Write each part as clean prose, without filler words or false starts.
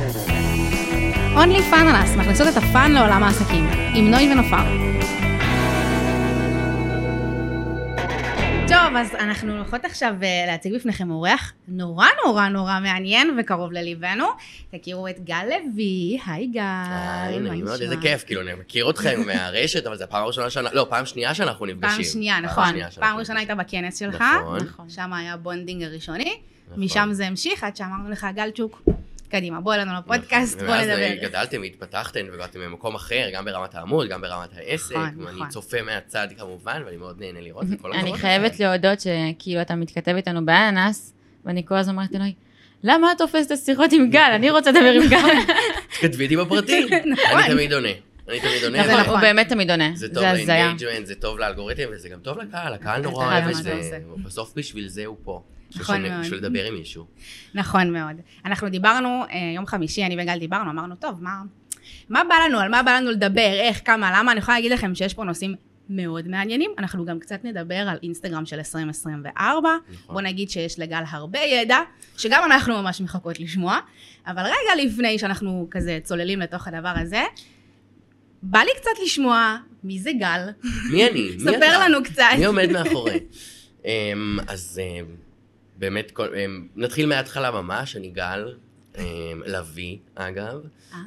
אונלי פאנלס, מכניסות את הפאן לעולם העסקים, עם נוי ונופר. טוב, אז אנחנו הולכות עכשיו להציג בפניכם אורח נורא נורא נורא מעניין וקרוב לליבנו. תכירו את גל לוי. היי גל. היי, נעים מאוד, איזה כיף, כאילו אני מכיר אתכם מהרשת, אבל זה פעם ראשונה, לא, פעם שנייה שאנחנו נפגשים. פעם שנייה, נכון. פעם ראשונה הייתה בכנס שלך. נכון. שם היה בונדינג הראשוני, משם זה המשיך, עד שאמרנו לך, גלצ'וק, קדימה, בוא אלינו לפודקאסט, בוא נדבר. ואז גדלתם, התפתחתם ובאתם במקום אחר, גם ברמת העמוד, גם ברמת העסק, ואני צופה מהצד כמובן, ואני מאוד נהנה לראות את כל הכבוד. אני חייבת להודות שכאילו אתה מתכתב איתנו באננס, ואני כל הזמן אומרת אלוהי, למה את תופסת את השיחות עם גל? אני רוצה לדבר עם גל. תכתבי איתי בפרטי, אני תמיד עונה. הוא באמת תמיד עונה. זה טוב לאינגייג'מנט, זה טוב לאלגוריתם, וזה גם טוב לקהל, הקהל נורא אוהב את זה, בסוף בשביל זה הוא פה. בשביל לדבר עם מישהו. נכון מאוד. אנחנו דיברנו, יום חמישי, אני וגל דיברנו, אמרנו, טוב, מה בא לנו, על מה בא לנו לדבר, איך, כמה, למה, אני יכולה להגיד לכם שיש פה נושאים מאוד מעניינים, אנחנו גם קצת נדבר על אינסטגרם של 2024, בוא נגיד שיש לגל הרבה ידע, שגם אנחנו ממש מחכות לשמוע, אבל רגע לפני שאנחנו כזה צוללים לתוך הדבר הזה, בא לי קצת לשמוע מי זה גל. מי אני? ספר לנו קצת. מי עומד מאחורי? אז באמת, נתחיל מההתחלה ממש, אני גל, לוי אגב,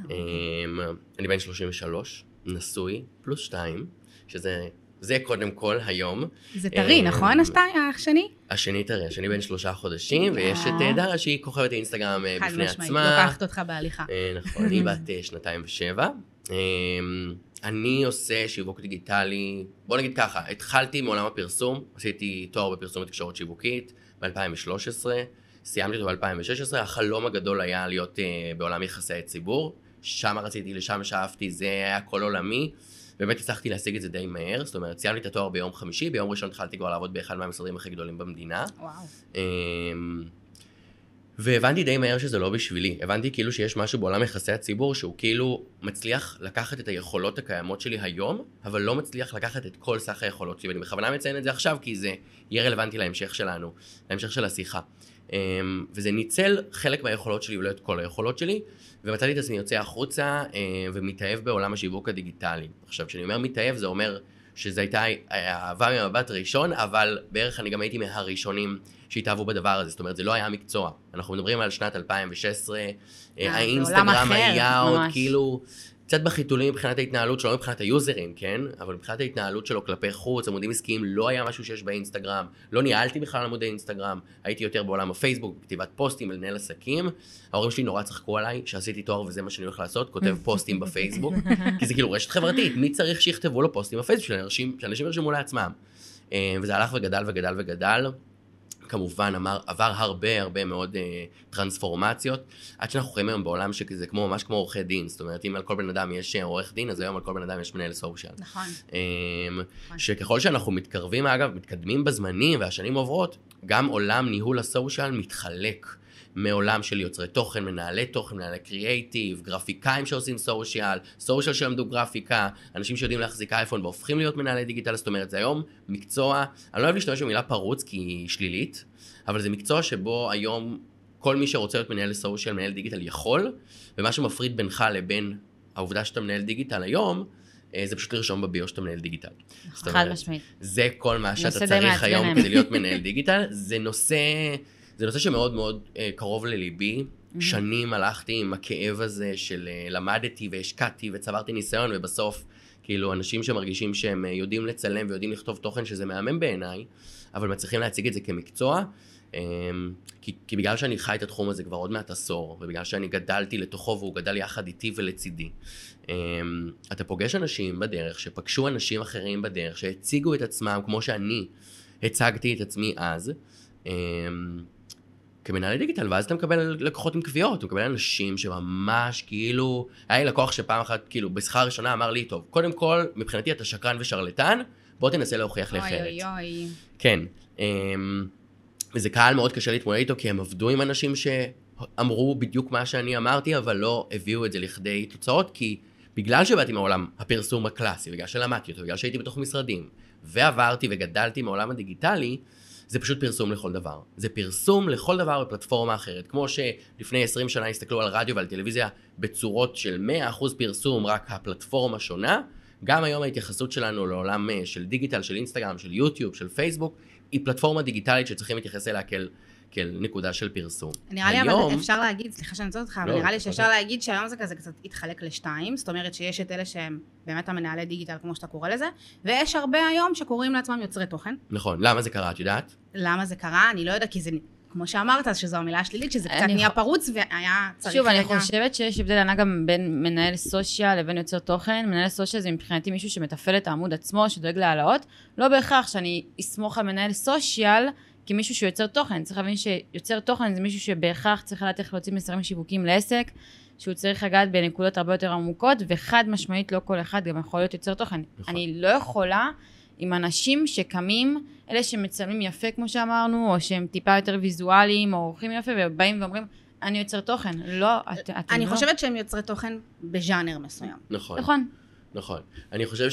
אני בן 33, נשוי, פלוס 2, שזה קודם כל היום. זה טרי, נכון השני? השני טרי, השני בן 3 חודשים, ויש את דרה שהיא כוכבת האינסטגרם בפני עצמה. חד משמעית, לוקחת אותך בהליכה. נכון, היא בת 2.7. אני עושה שיווק דיגיטלי, בוא נגיד ככה, התחלתי מעולם הפרסום, עשיתי תואר בפרסום ותקשורת שיווקית ב-2013, סיימתי אותו ב-2016, החלום הגדול היה להיות בעולם יחסי הציבור, שם רציתי, לשם שאפתי, זה היה כל עולמי, באמת הצלחתי להשיג את זה די מהר, זאת אומרת, סיימתי את התואר ביום חמישי, ביום ראשון התחלתי כבר לעבוד באחד מהמשרדים הכי גדולים במדינה. וואו. והבנתי די מהר שזה לא בשבילי, הבנתי כאילו שיש משהו בעולם יחסי הציבור שהוא כאילו מצליח לקחת את היכולות הקיימות שלי היום, אבל לא מצליח לקחת את כל סך היכולות שלי, ואני בכוונה מציין את זה עכשיו כי זה יהיה רלוונטי להמשך שלנו, להמשך של השיחה. וזה ניצל חלק מהיכולות שלי ולא את כל היכולות שלי, ומצאתי את עצמי יוצא החוצה ומתאהב בעולם השיווק הדיגיטלי. עכשיו, כשאני אומר מתאהב זה אומר שזו הייתה אהבה ממבט ראשון, אבל בערך אני גם הייתי מהראשונים שהתאהבו בדבר הזה, זאת אומרת, זה לא היה מקצוע. אנחנו מדברים על שנת 2016, האינסטגרם היה עוד כאילו, קצת בחיתולים מבחינת ההתנהלות שלו, מבחינת היוזרים, כן? אבל מבחינת ההתנהלות שלו כלפי חוץ, עמודים עסקיים, לא היה משהו שיש באינסטגרם, לא ניהלתי בכלל עמודי אינסטגרם, הייתי יותר בעולם הפייסבוק, בכתיבת פוסטים, לנהל עסקים. ההורים שלי נורא צחקו עליי, שעשיתי תואר וזה מה שאני הולך לעשות, כותב פוסטים בפייסבוק, כי זה כאילו רשת חברתית, מי צריך שיכתבו לו פוסטים בפייסבוק, שאנשים ירשמו לעצמם. וזה הלך וגדל וגדל וגדל. כמובן עבר הרבה מאוד טרנספורמציות, עד שאנחנו חיים היום בעולם שזה ממש כמו עורכי דין, זאת אומרת, אם על כל בן אדם יש עורך דין, אז היום על כל בן אדם יש מנהל סושיאל. נכון. שככל שאנחנו מתקרבים, אגב, מתקדמים בזמנים והשנים עוברות, גם עולם ניהול הסושיאל מתחלק מעולם של יוצרי תוכן, מנהלי תוכן, מנהלי קריאייטיב, גרפיקאים שעושים סושיאל שלמדו גרפיקה, אנשים שיודעים להחזיק אייפון והופכים להיות מנהלי דיגיטל, זאת אומרת, זה היום מקצוע, אני לא אוהב להשתמש במילה פרוץ כי היא שלילית, אבל זה מקצוע שבו היום כל מי שרוצה להיות מנהל סושיאל, מנהל דיגיטל יכול, ומה שמפריד בינך לבין העובדה שאתה מנהל דיגיטל היום, זה פשוט לרשום בביו שאתה מנהל דיגיטל. חד משמעית. זה כל מה שאתה צריך היום כדי להיות מנהל דיגיטל, זה נושא שמאוד מאוד קרוב לליבי, שנים הלכתי עם הכאב הזה של למדתי והשקעתי וצברתי ניסיון, ובסוף כאילו אנשים שמרגישים שהם יודעים לצלם ויודעים לכתוב תוכן שזה מהמם בעיניי, אבל מצליחים להציג את זה כמקצוע, כי בגלל שאני חי את התחום הזה כבר עוד מעט עשור, ובגלל שאני גדלתי לתוכו והוא גדל יחד איתי ולצידי, אתה פוגש אנשים בדרך, שפגשו אנשים אחרים בדרך, שהציגו את עצמם כמו שאני הצגתי את עצמי אז, כמנהלי דיגיטל, ואז אתה מקבל לקוחות עם קביעות, אתה מקבל אנשים שממש כאילו, היה לי לקוח שפעם אחת כאילו בשיחה הראשונה אמר לי, טוב, קודם כל, מבחינתי אתה שקרן ושרלטן, בוא תנסה להוכיח לי אחרת. אוי. כן, וזה קהל מאוד קשה להתמודד איתו, כי הם עבדו עם אנשים שאמרו בדיוק מה שאני אמרתי, אבל לא הביאו את זה לכדי תוצאות, כי בגלל שבאתי מעולם הפרסום הקלאסי, בגלל שלמדתי אותו, בגלל שהייתי בתוך משרדים, ועברתי וגדלתי מעולם הדיגיטלי, זה פשוט פרסום לכל דבר. זה פרסום לכל דבר בפלטפורמה אחרת. כמו שלפני 20 שנה הסתכלו על רדיו ועל טלוויזיה בצורות של 100% פרסום, רק הפלטפורמה שונה. גם היום ההתייחסות שלנו לעולם של דיגיטל, של אינסטגרם, של יוטיוב, של פייסבוק, היא פלטפורמה דיגיטלית שצריכים להתייחס אליה כאל נקודה של פרסום. נראה לי אבל אפשר להגיד, סליחה שאני נצא אותך, אבל נראה לי שאפשר להגיד שהיום זה כזה קצת התחלק לשתיים, זאת אומרת שיש את אלה שהם באמת המנהלי דיגיטל כמו שאתה קורא לזה, ויש הרבה היום שקוראים לעצמם יוצרי תוכן. נכון, למה זה קרה, את יודעת? למה זה קרה? אני לא יודעת, כי זה, כמו שאמרת, שזו המילה השלילית, שזה קצת נהיה פרוץ והיה צריך... שוב, אני חושבת שיש הבדל ענק גם בין מנהל סושיאל לבין יוצר תוכן. מנהל סושיאל זה מבחינתי מישהו שמתפעל את העמוד עצמו, שדואג להעלאות. לא בהכרח שאני אסמוך על מנהל סושיאל כמישהו שיוצר תוכן. צריך להבין שיוצר תוכן זה מישהו שבהכרח צריך לדעת איך להוציא מסרים שיווקים לעסק, שהוא צריך לגעת בנקודות הרבה יותר עמוקות, וחד משמעית לא כל אחד גם יכול להיות יוצר תוכן. אני לא יכולה עם אנשים שקמים, אלה שמצלמים יפה כמו שאמרנו, או שהם טיפה יותר ויזואליים, או עורכים יפה, ובאים ואומרים, אני יוצר תוכן. לא, אני חושבת שהם יוצרי תוכן בז'אנר מסוים. נכון. נכון. אני חושב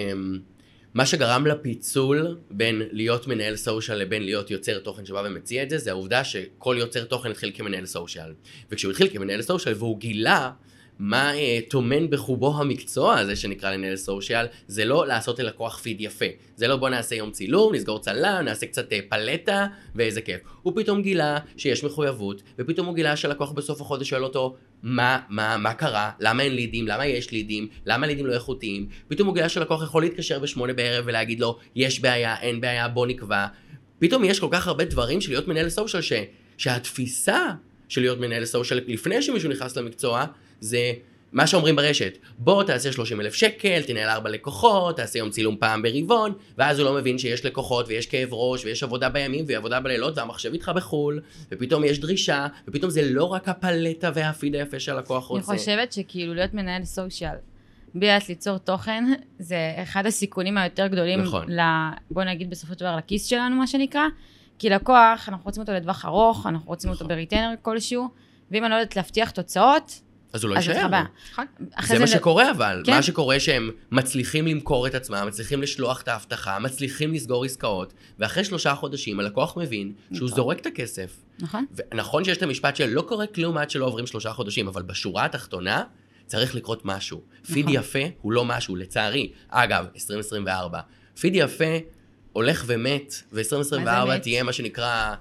שמה שגרם לפיצול בין להיות מנהל סושיאל לבין להיות יוצר תוכן שבא ומציע את זה, זה העובדה שכל יוצר תוכן התחיל כמנהל סושיאל. וכשהוא התחיל כמנהל סושיאל והוא גילה מה תומן בחובו המקצוע הזה שנקרא לנהל סושיאל, זה לא לעשות ללקוח פיד יפה. זה לא בוא נעשה יום צילום, נסגור צלם, נעשה קצת פלטה ואיזה כיף. הוא פתאום גילה שיש מחויבות, ופתאום הוא גילה שהלקוח בסוף החודש שואל אותו מה קרה, למה אין לידים, למה יש לידים, למה לידים לא איכותיים. פתאום הוא גילה שהלקוח יכול להתקשר ב8 בערב ולהגיד לו יש בעיה, אין בעיה, בוא נקבע. פתאום יש כל כך הרבה דברים של להיות מנהל סושיאל שהתפיסה של להיות מנהל סושיאל לפני שמישהו נכנס למקצוע זה מה שאומרים ברשת, בוא תעשה 30,000 שקל, תנהל 4 לקוחות, תעשה יום צילום פעם ברבעון, ואז הוא לא מבין שיש לקוחות ויש כאב ראש ויש עבודה בימים ועבודה בלילות והמחשב איתך בחול, ופתאום יש דרישה, ופתאום זה לא רק הפלטה והפיד היפה שהלקוח רוצה. אני חושבת שכאילו להיות מנהל סושיאל, ביאת ליצור תוכן, זה אחד הסיכונים היותר גדולים, נכון. בוא נגיד בסופו של דבר לכיס שלנו מה שנקרא, כי לקוח, אנחנו רוצים אותו לטווח ארוך, אנחנו רוצים אותו בריטיינר כלשהו, ואם אני לא יודעת להבטיח תוצאות, אז הוא לא יישאר. זה מה שקורה אבל, מה שקורה שהם מצליחים למכור את עצמם, מצליחים לשלוח את ההבטחה, מצליחים לסגור עסקאות, ואחרי 3 חודשים הלקוח מבין שהוא זורק את הכסף. נכון שיש את המשפט של לא קורה כלום עד שלא עוברים 3 חודשים, אבל בשורה התחתונה צריך לקרות משהו. פיד יפה הוא לא משהו, לצערי. אגב, 2024, פיד יפה הולך ומת, ו-2024 תהיה מה שנקרא,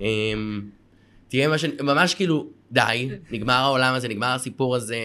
תהיה ממש כאילו, די, נגמר העולם הזה, נגמר הסיפור הזה,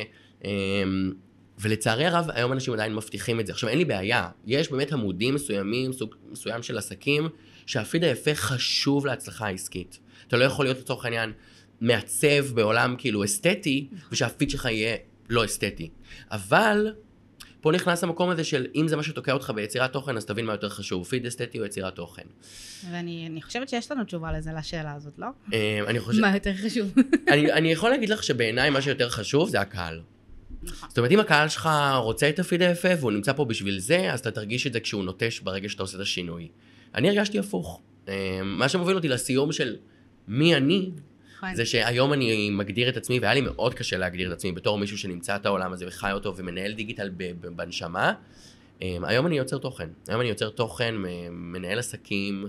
ולצערי הרב, היום אנשים עדיין מבטיחים את זה. עכשיו, אין לי בעיה, יש באמת עמודים מסוימים, סוג מסוים של עסקים, שהפיד היפה חשוב להצלחה העסקית. אתה לא יכול להיות לצורך העניין מעצב בעולם כאילו אסתטי, ושהפיד שלך יהיה לא אסתטי. אבל פה נכנס המקום הזה של אם זה מה שתוקע אותך ביצירת תוכן, אז תבין מה יותר חשוב, פיד אסתטי או יצירת תוכן. ואני חושבת שיש לנו תשובה לזה, לשאלה הזאת, לא? מה יותר חשוב? אני יכול להגיד לך שבעיניי מה שיותר חשוב זה הקהל. זאת אומרת, אם הקהל שלך רוצה את הפיד היפה והוא נמצא פה בשביל זה, אז אתה תרגיש את זה כשהוא נוטש ברגע שאתה עושה את השינוי. אני הרגשתי הפוך. מה שמוביל אותי לסיום של מי אני, זה שהיום אני מגדיר את עצמי, והיה לי מאוד קשה להגדיר את עצמי בתור מישהו שנמצא את העולם הזה וחי אותו ומנהל דיגיטל בנשמה. היום אני יוצר תוכן. היום אני יוצר תוכן, מנהל עסקים,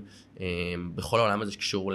בכל העולם הזה שקשור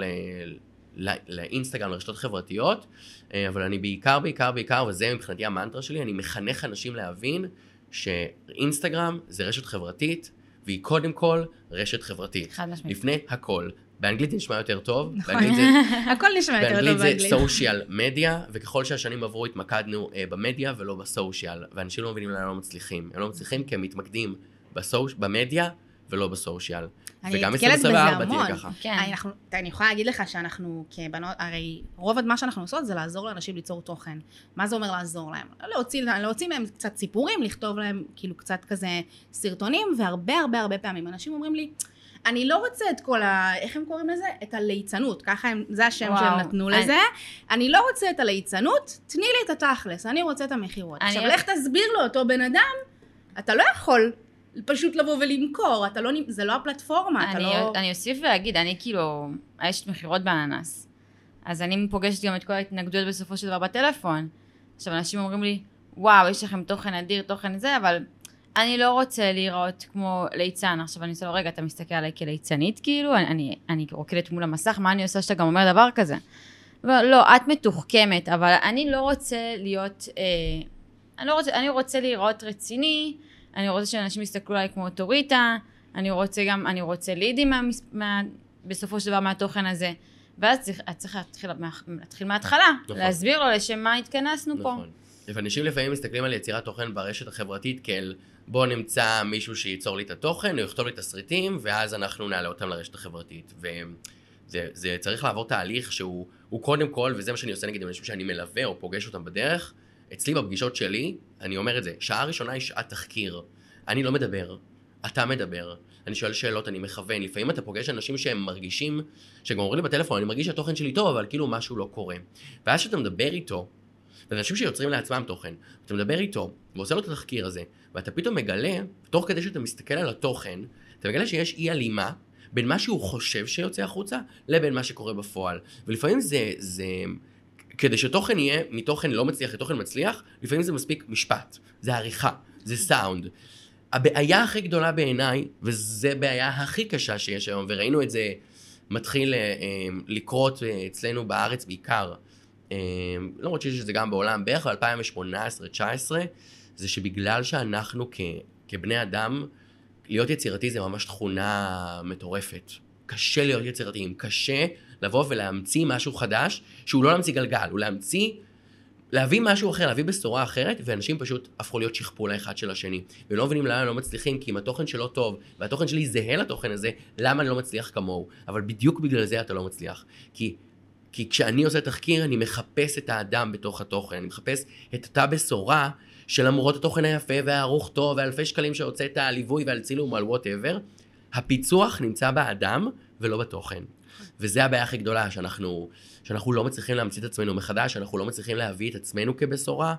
לאינסטגרם, לרשתות חברתיות, אבל אני בעיקר, וזה מבחינתי המנטרה שלי, אני מחנך אנשים להבין שאינסטגרם זה רשת חברתית, והיא קודם כל רשת חברתית. לפני הכל. באנגלית זה נשמע יותר טוב. הכל נשמע יותר טוב באנגלית. באנגלית זה סושיאל מדיה, וככל שהשנים עברו התמקדנו במדיה ולא בסושיאל, ואנשים לא מבינים למה לא מצליחים. הם לא מצליחים כי הם מתמקדים במדיה ולא בסושיאל. וגם 2024 תהיה ככה. אני יכולה להגיד לך שאנחנו כבנות, הרי רוב מה שאנחנו עושות זה לעזור לאנשים ליצור תוכן. מה זה אומר לעזור להם? להוציא מהם קצת סיפורים, לכתוב להם כאילו קצת כזה סרטונים, והרבה פעמים אנשים אומרים לי, אני לא רוצה את כל איך הם קוראים לזה? את הליצנות, ככה זה השם שהם נתנו לזה. אני לא רוצה את הליצנות, תני לי את התכלס, אני רוצה את המחירות. עכשיו, לך תסביר לו אותו בן אדם, אתה לא יכול פשוט לבוא ולמכור, זה לא הפלטפורמה, אתה לא... אני אוסיף ואגיד, אני כאילו, יש מחירות באננס, אז אני פוגשת גם את כל ההתנגדויות בסופו של דבר בטלפון. עכשיו, אנשים אומרים לי, וואו, יש לכם תוכן אדיר, תוכן זה, אבל אני לא רוצה להיראות כמו ליצן, עכשיו אני עושה לו, רגע, אתה מסתכל עליי כליצנית, כאילו, אני רוקדת מול המסך, מה אני עושה שאתה גם אומר דבר כזה? לא, את מתוחכמת, אבל אני לא רוצה להיות, אני רוצה להיראות רציני, אני רוצה שאנשים יסתכלו עליי כמו אוטוריטה, אני רוצה לידים בסופו של דבר מהתוכן הזה, ואז את צריכה להתחיל מההתחלה, להסביר לו לשם מה התכנסנו פה. אנשים לפעמים מסתכלים על יצירת תוכן ברשת החברתית כאל בוא נמצא מישהו שייצור לי את התוכן, הוא יכתוב לי את הסרטים, ואז אנחנו נעלה אותם לרשת החברתית. וזה צריך לעבור תהליך שהוא קודם כל, וזה מה שאני עושה נגיד עם אנשים שאני מלווה או פוגש אותם בדרך, אצלי בפגישות שלי, אני אומר את זה, שעה ראשונה היא שעת תחקיר. אני לא מדבר, אתה מדבר. אני שואל שאלות, אני מכוון. לפעמים אתה פוגש אנשים שהם מרגישים, שגם אומרים לי בטלפון, אני מרגיש שהתוכן שלי טוב, אבל כאילו משהו לא קורה. ואז שאתה מדבר איתו, ואנשים שיוצרים לעצמם תוכן, אתה מדבר איתו, ועושה לו את התחקיר הזה, ואתה פתאום מגלה, תוך כדי שאתה מסתכל על התוכן, אתה מגלה שיש אי הלימה בין מה שהוא חושב שיוצא החוצה, לבין מה שקורה בפועל. ולפעמים זה כדי שתוכן יהיה מתוכן לא מצליח לתוכן מצליח, לפעמים זה מספיק משפט, זה עריכה, זה סאונד. הבעיה הכי גדולה בעיניי, וזו בעיה הכי קשה שיש היום, וראינו את זה מתחיל לקרות אצלנו בארץ בעיקר, למרות שיש את זה גם בעולם, בערך ב-2018-2019, זה שבגלל שאנחנו כבני אדם, להיות יצירתי זה ממש תכונה מטורפת. קשה להיות יצירתיים, קשה לבוא ולהמציא משהו חדש, שהוא לא להמציא גלגל, הוא להביא משהו אחר, להביא בשורה אחרת, ואנשים פשוט הפכו להיות שכפול האחד של השני. ולא מבינים למה לא מצליחים, כי אם התוכן שלו טוב, והתוכן שלי זהה לתוכן הזה, למה אני לא מצליח כמוהו? אבל בדיוק בגלל זה אתה לא מצליח. כי כשאני עושה תחקיר, אני מחפש את האדם בתוך התוכן, אני מחפש את אותה בשורה, שלמרות התוכן היפה והערוך טוב, ואלפי שקלים שהוצאת על ליווי ועל צילום או על whatever, הפיצוח נמצא באדם ולא בתוכן. וזה הבעיה הכי גדולה, שאנחנו לא מצליחים להמציא את עצמנו מחדש, שאנחנו לא מצליחים להביא את עצמנו כבשורה,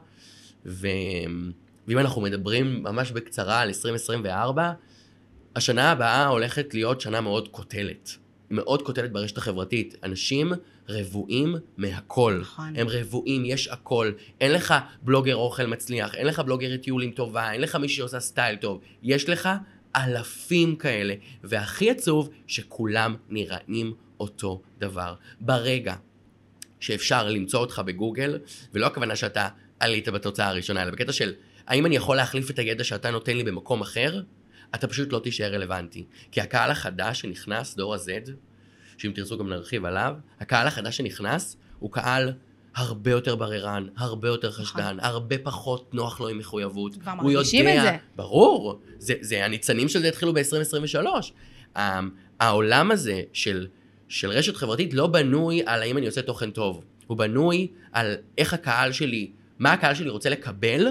ואם אנחנו מדברים ממש בקצרה על 2024, השנה הבאה הולכת להיות שנה מאוד קוטלת. מאוד קוטלת ברשת החברתית. אנשים רבועים מהכל. נכון. הם רבועים, יש הכל. אין לך בלוגר אוכל מצליח, אין לך בלוגר טיולים טובה, אין לך מישהי שעושה סטייל טוב. יש לך אלפים כאלה. והכי עצוב שכולם נראים אותו דבר. ברגע שאפשר למצוא אותך בגוגל, ולא הכוונה שאתה עלית בתוצאה הראשונה, אלא בקטע של האם אני יכול להחליף את הידע שאתה נותן לי במקום אחר, אתה פשוט לא תישאר רלוונטי. כי הקהל החדש שנכנס, דור ה-Z, שאם תרצו גם נרחיב עליו, הקהל החדש שנכנס הוא קהל הרבה יותר בררן, הרבה יותר חשדן, הרבה פחות נוח לו עם מחויבות. כבר מרגישים את זה. ברור, הניצנים של זה התחילו ב-2023. העולם הזה של רשת חברתית לא בנוי על האם אני עושה תוכן טוב. הוא בנוי על איך הקהל שלי, מה הקהל שלי רוצה לקבל,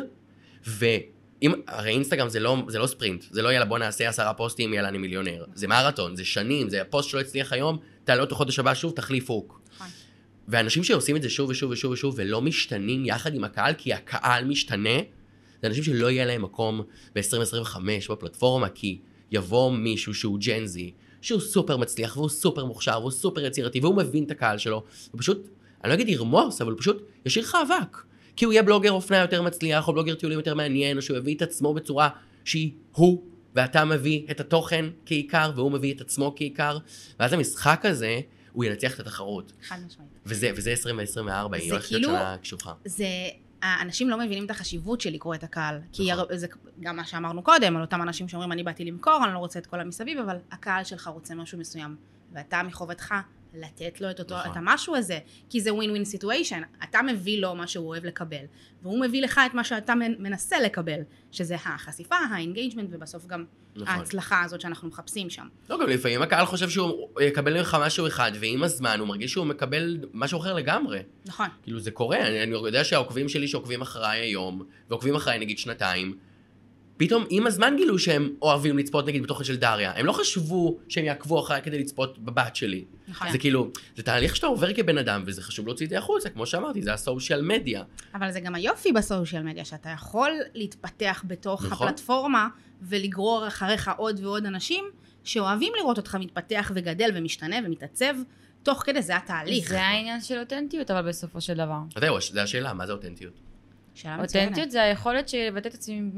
הרי אינסטגרם זה לא ספרינט, זה לא יאללה בוא נעשה 10 פוסטים, יאללה אני מיליונר. זה מרתון, זה שנים, זה הפוסט שלא הצליח היום, תעלה אותו חודש הבא שוב, תחליף הוק. ואנשים שעושים את זה שוב ושוב ושוב ושוב, ולא משתנים יחד עם הקהל, כי הקהל משתנה, זה אנשים שלא יהיה להם מקום ב-2025 בפלטפורמה, כי יבוא מישהו שהוא ג'נזי, שהוא סופר מצליח, והוא סופר מוכשר, והוא סופר יצירתי, והוא מבין את הקהל שלו, הוא פשוט, אני לא אגיד ירמוס, אבל הוא פשוט ישאיר לך אבק. כי הוא יהיה בלוגר אופנה יותר מצליח, או בלוגר טיולים יותר מעניין, או שהוא יביא את עצמו בצורה שהיא הוא, ואתה מביא את התוכן כעיקר, והוא מביא את עצמו כעיקר, ואז המשחק הזה, הוא ינצח את התחרות. חד משמעית. וזה 2024, היא הולכת להיות שנה קשוחה. האנשים לא מבינים את החשיבות של לקרוא את הקהל, כי זה גם מה שאמרנו קודם, על אותם אנשים שאומרים, אני באתי למכור, אני לא רוצה את כל המסביב, אבל הקהל שלך רוצה משהו מסוים, ואתה מחובתך לתת לו את אותו, את המשהו הזה, כי זה win-win situation, אתה מביא לו מה שהוא אוהב לקבל, והוא מביא לך את מה שאתה מנסה לקבל, שזה החשיפה, האינגייג'מנט, ובסוף גם ההצלחה הזאת שאנחנו מחפשים שם. לא, גם לפעמים הקהל חושב שהוא יקבל ממך משהו אחד, ועם הזמן הוא מרגיש שהוא מקבל משהו אחר לגמרי. נכון. כאילו זה קורה, אני יודע שהעוקבים שלי שעוקבים אחריי היום, ועוקבים אחריי נגיד שנתיים, פתאום עם הזמן גילו שהם אוהבים לצפות נגיד בתוכן של דריה. הם לא חשבו שהם יעקבו אחריי כדי לצפות בבת שלי. נכון. זה כאילו, זה תהליך שאתה עובר כבן אדם, וזה חשוב להוציא את זה החוצה, כמו שאמרתי, זה הסושיאל מדיה. אבל זה גם היופי בסושיאל מדיה, שאתה יכול להתפתח בתוך הפלטפורמה, ולגרור אחריך עוד ועוד אנשים, שאוהבים לראות אותך מתפתח וגדל ומשתנה ומתעצב, תוך כדי זה התהליך. זה העניין של אותנטיות, אבל בסופו של דבר. זה השאלה, מה זה אותנטיות? אותנטיות זה היכולת שלבטא את עצמי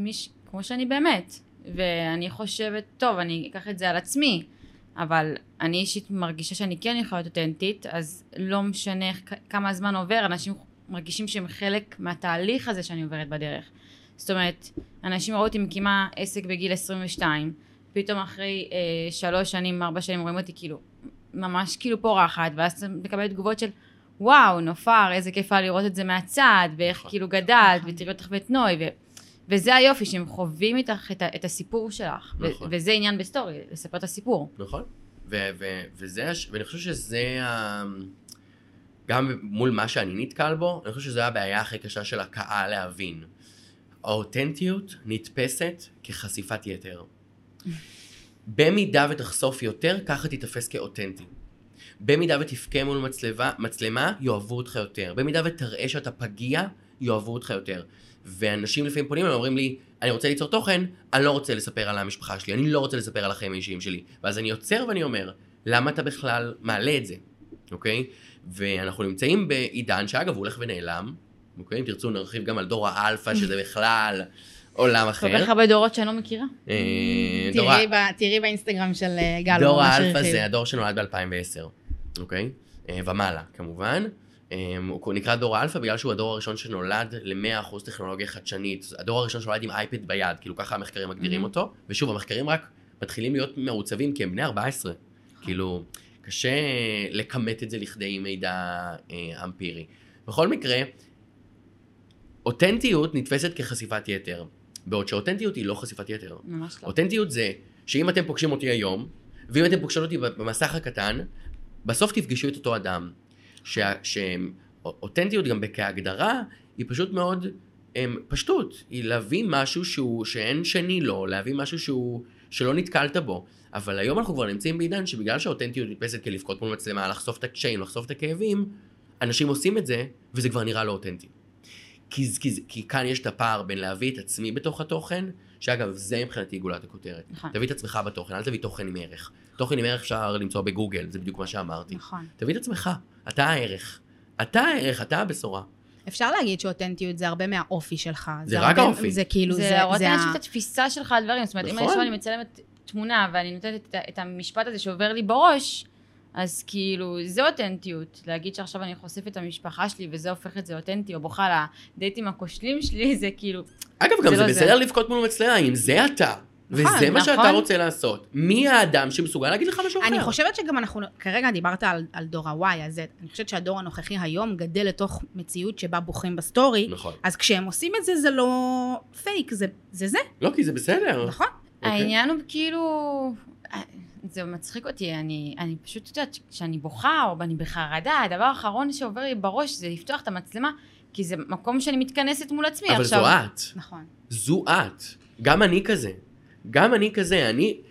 כמו שאני באמת. ואני חושבת, טוב, אני אקח את זה על עצמי, אבל אני אישית מרגישה שאני כן יכולה להיות אותנטית, אז לא משנה כמה זמן עובר, אנשים מרגישים שהם חלק מהתהליך הזה שאני עוברת בדרך. זאת אומרת, אנשים ראו אותי מקימה עסק בגיל 22, פתאום אחרי 3 שנים, 4 שנים רואים אותי כאילו, ממש כאילו פורחת, ואז מקבלת תגובות של, וואו, נופר, איזה כיף היה לראות את זה מהצד, ואיך כאילו גדלת, ותראי אותך בתנוי, וזה היופי, שהם חווים איתך את הסיפור שלך, וזה עניין בסטורי, לספר את הסיפור. נכון, ואני חושב שזה, גם מול מה שאני נתקל בו, אני חושב שזו הבעיה הכי קשה של הקהל להבין. האותנטיות נתפסת כחשיפת יתר. במידה ותחשוף יותר, ככה תתפס כאותנטי. במידה ותפקה מול מצלמה, יאהבו אותך יותר. במידה ותראה שאתה פגיע, יאהבו אותך יותר. ואנשים לפעמים פונים, הם אומרים לי, אני רוצה ליצור תוכן, אני לא רוצה לספר על המשפחה שלי, אני לא רוצה לספר על החיים האישיים שלי. ואז אני יוצר ואני אומר, למה אתה בכלל מעלה את זה? אוקיי? ואנחנו נמצאים בעידן שאגב הוא הולך ונעלם, אוקיי? אם תרצו נרחיב גם על דור האלפא, שזה בכלל עולם אחר. כל כך הרבה דורות שאני לא מכירה. תראי באינסטגרם של גל. דור האלפא זה הדור שנולד ב-2010, אוקיי? ומעלה, כמובן. הוא נקרא דור האלפא בגלל שהוא הדור הראשון שנולד ל-100% טכנולוגיה חדשנית. הדור הראשון שנולד עם אייפד ביד, כאילו ככה המחקרים מגדירים אותו. ושוב, המחקרים רק מתחילים להיות מעוצבים כי הם בני 14. כאילו, קשה לכמת את זה לכדי מידע אמפירי. בכל מקרה, אותנטיות נתפסת כחשיפת יתר, בעוד שאותנטיות היא לא חשיפת יתר. ממש לא. אותנטיות זה שאם אתם פוגשים אותי היום, ואם אתם פוגשים אותי במסך הקטן, בסוף תפגשו את אותו אדם. שאותנטיות גם כהגדרה היא פשוט מאוד פשטות, היא להביא משהו שאין שני לו, להביא משהו שלא נתקלת בו. אבל היום אנחנו כבר נמצאים בעידן שבגלל שהאותנטיות נתפסת כלבכות מול מצלמה, לחשוף את הקשיים, לחשוף את הכאבים, אנשים עושים את זה, וזה כבר נראה לא אותנטי. כי כאן יש את הפער בין להביא את עצמי בתוך התוכן, שאגב, זה מבחינתי גולת הכותרת. נכון. תביא את עצמך בתוכן, אל תביא תוכן עם ערך. תוכן עם ערך אפשר למצוא בגוגל, זה בדיוק מה שאמרתי. נכון. תביא את עצמך, אתה הערך. אתה הערך, אתה הבשורה. אפשר להגיד שאותנטיות זה הרבה מהאופי שלך. זה רק האופי. זה כאילו, זה להראות לאנשים את התפיסה שלך על דברים. זאת אומרת, אם נכון. אני מצלמת תמונה ואני נותנת את המשפט הזה שעובר לי בראש, אז כאילו, זה אותנטיות. להגיד שעכשיו אני חושפת את המשפחה שלי וזה הופך את זה אותנטי, או בוחל הדייטים הכושלים שלי, זה כאילו... אגב, גם זה בסדר לבכות מול מצלמה, אם זה אתה. וזה מה שאתה רוצה לעשות. מי האדם שמסוגל להגיד לך משהו אחר? אני חושבת שגם אנחנו, כרגע דיברת על דור ה-Y, אז אני חושבת שהדור הנוכחי היום גדל לתוך מציאות שבה בוכים בסטורי. נכון. אז כשהם עושים את זה, זה לא פייק, זה. לא, כי זה בסדר. נכון. העניין הוא כאילו... זה מצחיק אותי, אני פשוט יודעת, כשאני בוכה או אני בחרדה, הדבר האחרון שעובר לי בראש זה לפתוח את המצלמה, כי זה מקום שאני מתכנסת מול עצמי. אבל עכשיו... זו את. נכון. זו את. גם אני כזה.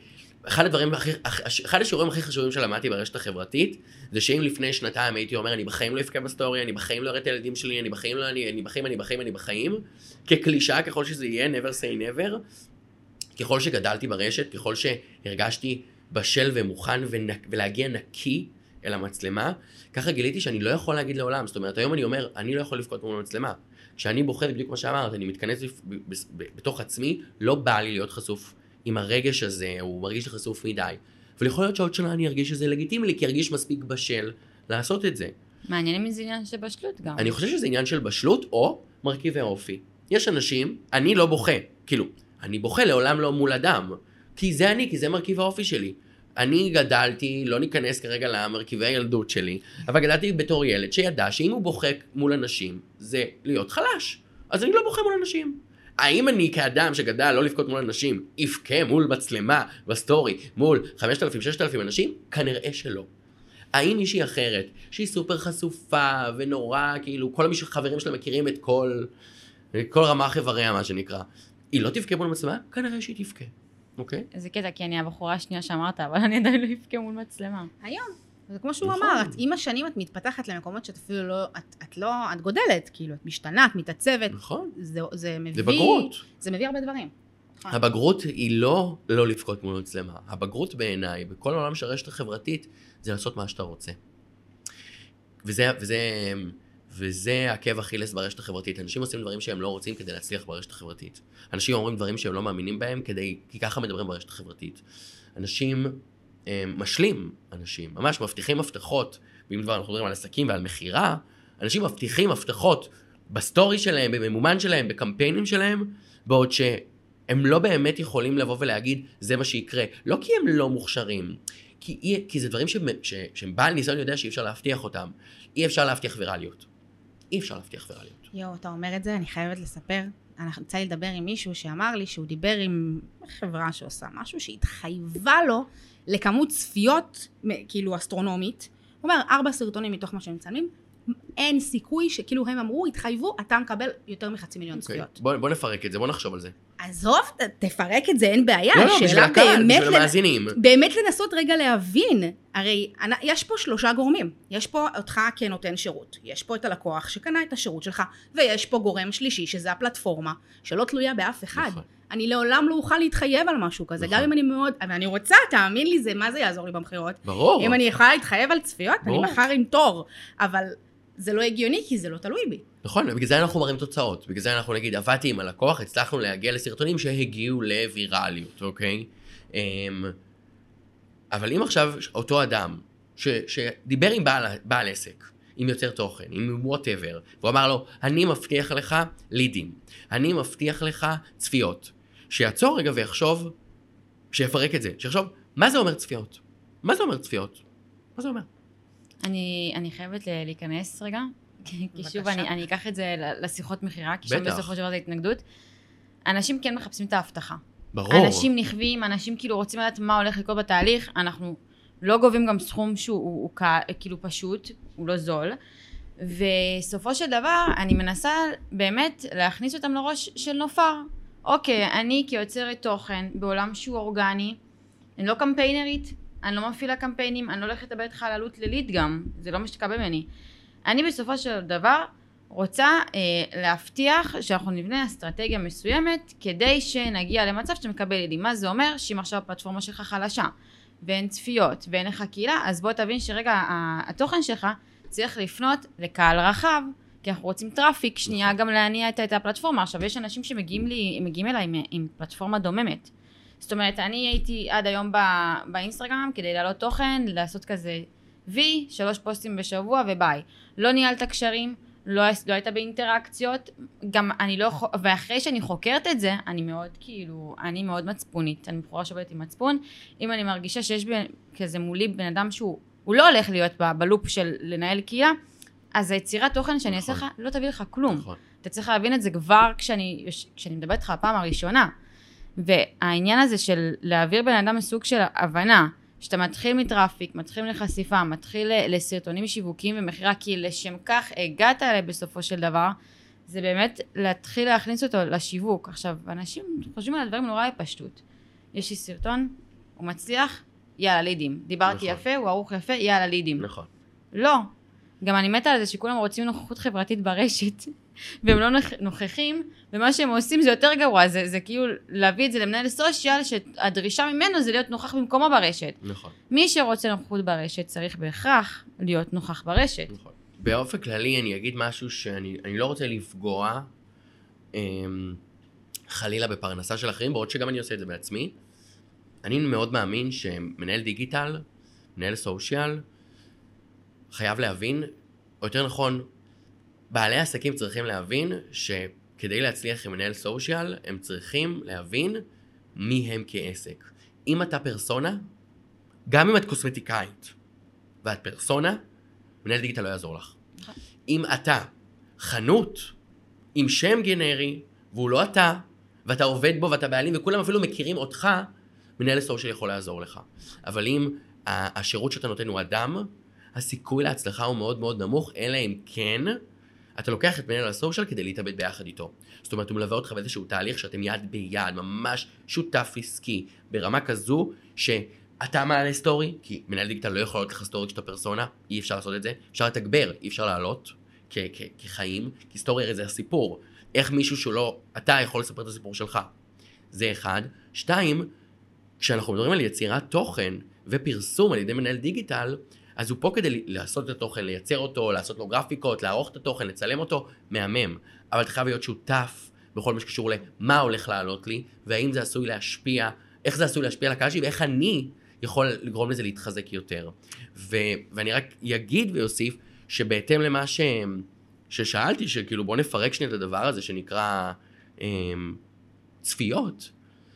אחד השיעורים הכי חשובים שלמדתי ברשת החברתית, זה שאם לפני 2 שנתיים הייתי אומר, אני בחיים לא אפקע בסטורי, אני בחיים לא אראה את הילדים שלי, אני בחיים, כקלישה, ככל שזה יהיה, never say never, ככל שגדלתי ברשת, ככל שהרגשתי בשל ומוכן ולהגיע נקי אל המצלמה, ככה גיליתי שאני לא יכול להגיד לעולם. זאת אומרת, היום אני אומר, אני לא יכול לבכות מול המצלמה. כשאני בוחר, בדיוק כמו שאמרת, אני מתכנס בתוך עצמי, לא בא לי להיות חשוף עם הרגש הזה, הוא מרגיש לי חשוף מדי. אבל יכול להיות שעוד שנה אני ארגיש שזה לגיטימי לי, כי ארגיש מספיק בשל לעשות את זה. מעניין אם זה עניין של בשלות גם. אני חושב שזה עניין של בשלות או מרכיבי אופי. יש אנשים, אני לא בוכה, כאילו, אני בוכה לעולם לא מול אדם, כי זה מרכיב האופי שלי. אני גדלתי, לא ניכנס כרגע למרכיבי הילדות שלי, אבל גדלתי בתור ילד שידע שאם הוא בוכה מול אנשים, זה להיות חלש. אז אני לא בוכה מול אנשים. האם אני כאדם שגדל לא לבכות מול אנשים, יבכה מול מצלמה, בסטורי, מול 5,000-6,000 אנשים? כנראה שלא. האם מישהי אחרת, שהיא סופר חשופה ונורא, כאילו, כל החברים שלה מכירים את כל רמה חבריה, מה שנקרא, היא לא תבכה מול מצלמה? כנראה שהיא תבכה. אוקיי? זה קטע, כי אני הבחורה השנייה שאמרת, אבל אני עדיין לא אבכה מול מצלמה. היום. זה כמו שהוא אמר, עם השנים את מתפתחת למקומות שאת אפילו לא, את גודלת, כאילו, את משתנה, את מתעצבת. נכון. זה מביא... זה בגרות. זה מביא הרבה דברים. הבגרות היא לא לבכות מול מצלמה. הבגרות בעיניי, בכל העולם של הרשת החברתית, זה לעשות מה שאתה רוצה. וזה עקב אכילס ברשת החברתית. אנשים עושים דברים שהם לא רוצים כדי להצליח ברשת החברתית. אנשים אומרים דברים שהם לא מאמינים בהם כי ככה מדברים ברשת החברתית. אנשים משלים, אנשים ממש מבטיחים הבטחות, ואם דבר אנחנו מדברים על עסקים ועל מחירה, אנשים מבטיחים הבטחות בסטורי שלהם, בממומן שלהם, בקמפיינים שלהם, בעוד שהם לא באמת יכולים לבוא ולהגיד זה מה שיקרה. לא כי הם לא מוכשרים, כי זה דברים שהם בעל ניסיון יודע שאי אפשר להבטיח אותם. אי אפשר להבטיח ויראליות. אי אפשר להבטיח ויראליות. יו, אתה אומר את זה, אני חייבת לספר. יצא לי לדבר עם מישהו שאמר לי שהוא דיבר עם חברה שעושה משהו שהתחייבה לו לכמות צפיות, כאילו אסטרונומית. הוא אומר, 4 סרטונים מתוך מה שהם מצלמים, אין סיכוי שכאילו הם אמרו, התחייבו, אתה מקבל יותר מ500,000 צפיות. בוא נפרק את זה, בוא נחשוב על זה. עזוב, תפרק את זה, אין בעיה. לא, בשביל הקהל, בשביל המאזינים. באמת לנסות רגע להבין, הרי יש פה 3 גורמים. יש פה אותך כנותן שירות, יש פה את הלקוח שקנה את השירות שלך, ויש פה גורם שלישי, שזה הפלטפורמה, שלא תלויה באף אחד. נכון. אני לעולם לא אוכל להתחייב על משהו כזה, נכון. גם אם אני מאוד, אני רוצה, תאמין לי, מה זה יעזור לי במחירות? ברור. אם אני יכולה להתחייב על צפיות, ברור. אני מחר עם תור, אבל זה לא הגיוני, כי זה לא תלוי בי. נכון, ובגלל זה אנחנו מראים תוצאות. בגלל זה אנחנו נגיד, עבדתי עם הלקוח, הצלחנו להגיע לסרטונים שהגיעו לוויראליות, אוקיי? אבל אם עכשיו אותו אדם שדיבר עם בעל עסק, עם יוצר תוכן, עם whatever, והוא אמר לו, אני מבטיח לך לידים, אני מבטיח לך צפיות, שיעצור רגע ויחשוב, שיפרק את זה, שיחשוב, מה זה אומר צפיות? מה זה אומר צפיות? מה זה אומר? אני חייבת להיכנס רגע, כי שוב אני אקח את זה לשיחות מחירה, כי שם בסופו של דבר זה התנגדות. אנשים כן מחפשים את ההבטחה. ברור. אנשים נכווים, אנשים כאילו רוצים לדעת מה הולך לקרות בתהליך, אנחנו לא גובים גם סכום שהוא כאילו פשוט, הוא לא זול, וסופו של דבר אני מנסה באמת להכניס אותם לראש של נופר. אוקיי, אני כיוצרת תוכן בעולם שהוא אורגני, אני לא קמפיינרית, אני לא מפעילה קמפיינים, אני לא הולכת לדבר איתך על עלות לליד גם, זה לא משתקע ממני. אני בסופו של דבר רוצה להבטיח שאנחנו נבנה אסטרטגיה מסוימת כדי שנגיע למצב שאתה מקבל לידים. מה זה אומר? שאם עכשיו הפלטפורמה שלך חלשה ואין צפיות ואין לך קהילה, אז בוא תבין שרגע התוכן שלך צריך לפנות לקהל רחב, כי אנחנו רוצים טראפיק, שנייה גם להניע את הפלטפורמה. עכשיו יש אנשים שמגיעים אליי עם פלטפורמה דוממת. זאת אומרת, אני הייתי עד היום באינסטגרם כדי להעלות תוכן, לעשות כזה וי, 3 פוסטים בשבוע וביי. לא ניהלת קשרים, לא הייתה באינטראקציות, גם אני לא, ואחרי שאני חוקרת את זה, אני מאוד מצפונית, אני בחורה שעובדת עם מצפון, אם אני מרגישה שיש כזה מולי בן אדם שהוא לא הולך להיות בלופ של לנהל קהילה, אז היצירת תוכן שאני אעשה לך, לא תביא לך כלום. אתה צריך להבין את זה כבר כשאני מדברת לך הפעם הראשונה. והעניין הזה של להעביר בן אדם מסוג של הבנה, שאתה מתחיל מטראפיק, מתחיל לחשיפה, מתחיל לסרטונים שיווקיים ומחירה, כי לשם כך הגעת אליי בסופו של דבר, זה באמת להתחיל להכניס אותו לשיווק. עכשיו, אנשים חושבים על הדברים נורא בפשטות. יש לי סרטון, הוא מצליח, יאללה לידים. דיברתי יפה, הוא ערוך יפה, יאללה לידים. נכון. לא. גם אני מתה על זה שכולם רוצים נוכחות חברתית ברשת, והם לא נוכחים, ומה שהם עושים זה יותר גרוע, זה כאילו להביא את זה למנהל סושיאל, שהדרישה ממנו זה להיות נוכח במקומו ברשת. נכון. מי שרוצה נוכחות ברשת צריך בהכרח להיות נוכח ברשת. נכון. באופן כללי אני אגיד משהו שאני לא רוצה לפגוע חלילה בפרנסה של אחרים, בעוד שגם אני עושה את זה בעצמי. אני מאוד מאמין שמנהל דיגיטל, מנהל סושיאל, חייב להבין, או יותר נכון, בעלי עסקים צריכים להבין שכדי להצליח עם מנהל סושיאל, הם צריכים להבין מי הם כעסק. אם אתה פרסונה, גם אם את קוסמטיקאית, ואת פרסונה, מנהל דיגיטל לא יעזור לך. אם אתה חנות עם שם גנרי, והוא לא אתה, ואתה עובד בו ואתה בעלים, וכולם אפילו מכירים אותך, מנהל סושיאל יכול לעזור לך. אבל אם השירות שאתה נותן הוא אדם, הסיכוי להצלחה הוא מאוד מאוד נמוך, אלא אם כן, אתה לוקח את מנהל הסושיאל כדי להתאבד ביחד איתו. זאת אומרת, הוא מלווה אותך באיזשהו תהליך שאתם יד ביד, ממש שותף עסקי, ברמה כזו שאתה מעלה סטורי, כי מנהל דיגיטל לא יכול להיות לך סטורי כשאתה פרסונה, אי אפשר לעשות את זה, אפשר לתגבר, אי אפשר לעלות כחיים, כי סטורי הרי זה הסיפור. איך מישהו שלא, אתה יכול לספר את הסיפור שלך. זה 1. 2, כשאנחנו מדברים על יצירת תוכן ופרסום על ידי מנהל דיגיטל, אז הוא פה כדי לעשות את התוכן, לייצר אותו, לעשות לו גרפיקות, לערוך את התוכן, לצלם אותו, מהמם. אבל אתה חייב להיות שותף בכל מה שקשור למה הולך לעלות לי, והאם זה עשוי להשפיע, איך זה עשוי להשפיע על הקהל שלי, ואיך אני יכול לגרום לזה להתחזק יותר. ואני רק אגיד ויוסיף, שבהתאם למה ששאלתי, שכאילו בוא נפרק שנייה את הדבר הזה, שנקרא צפיות.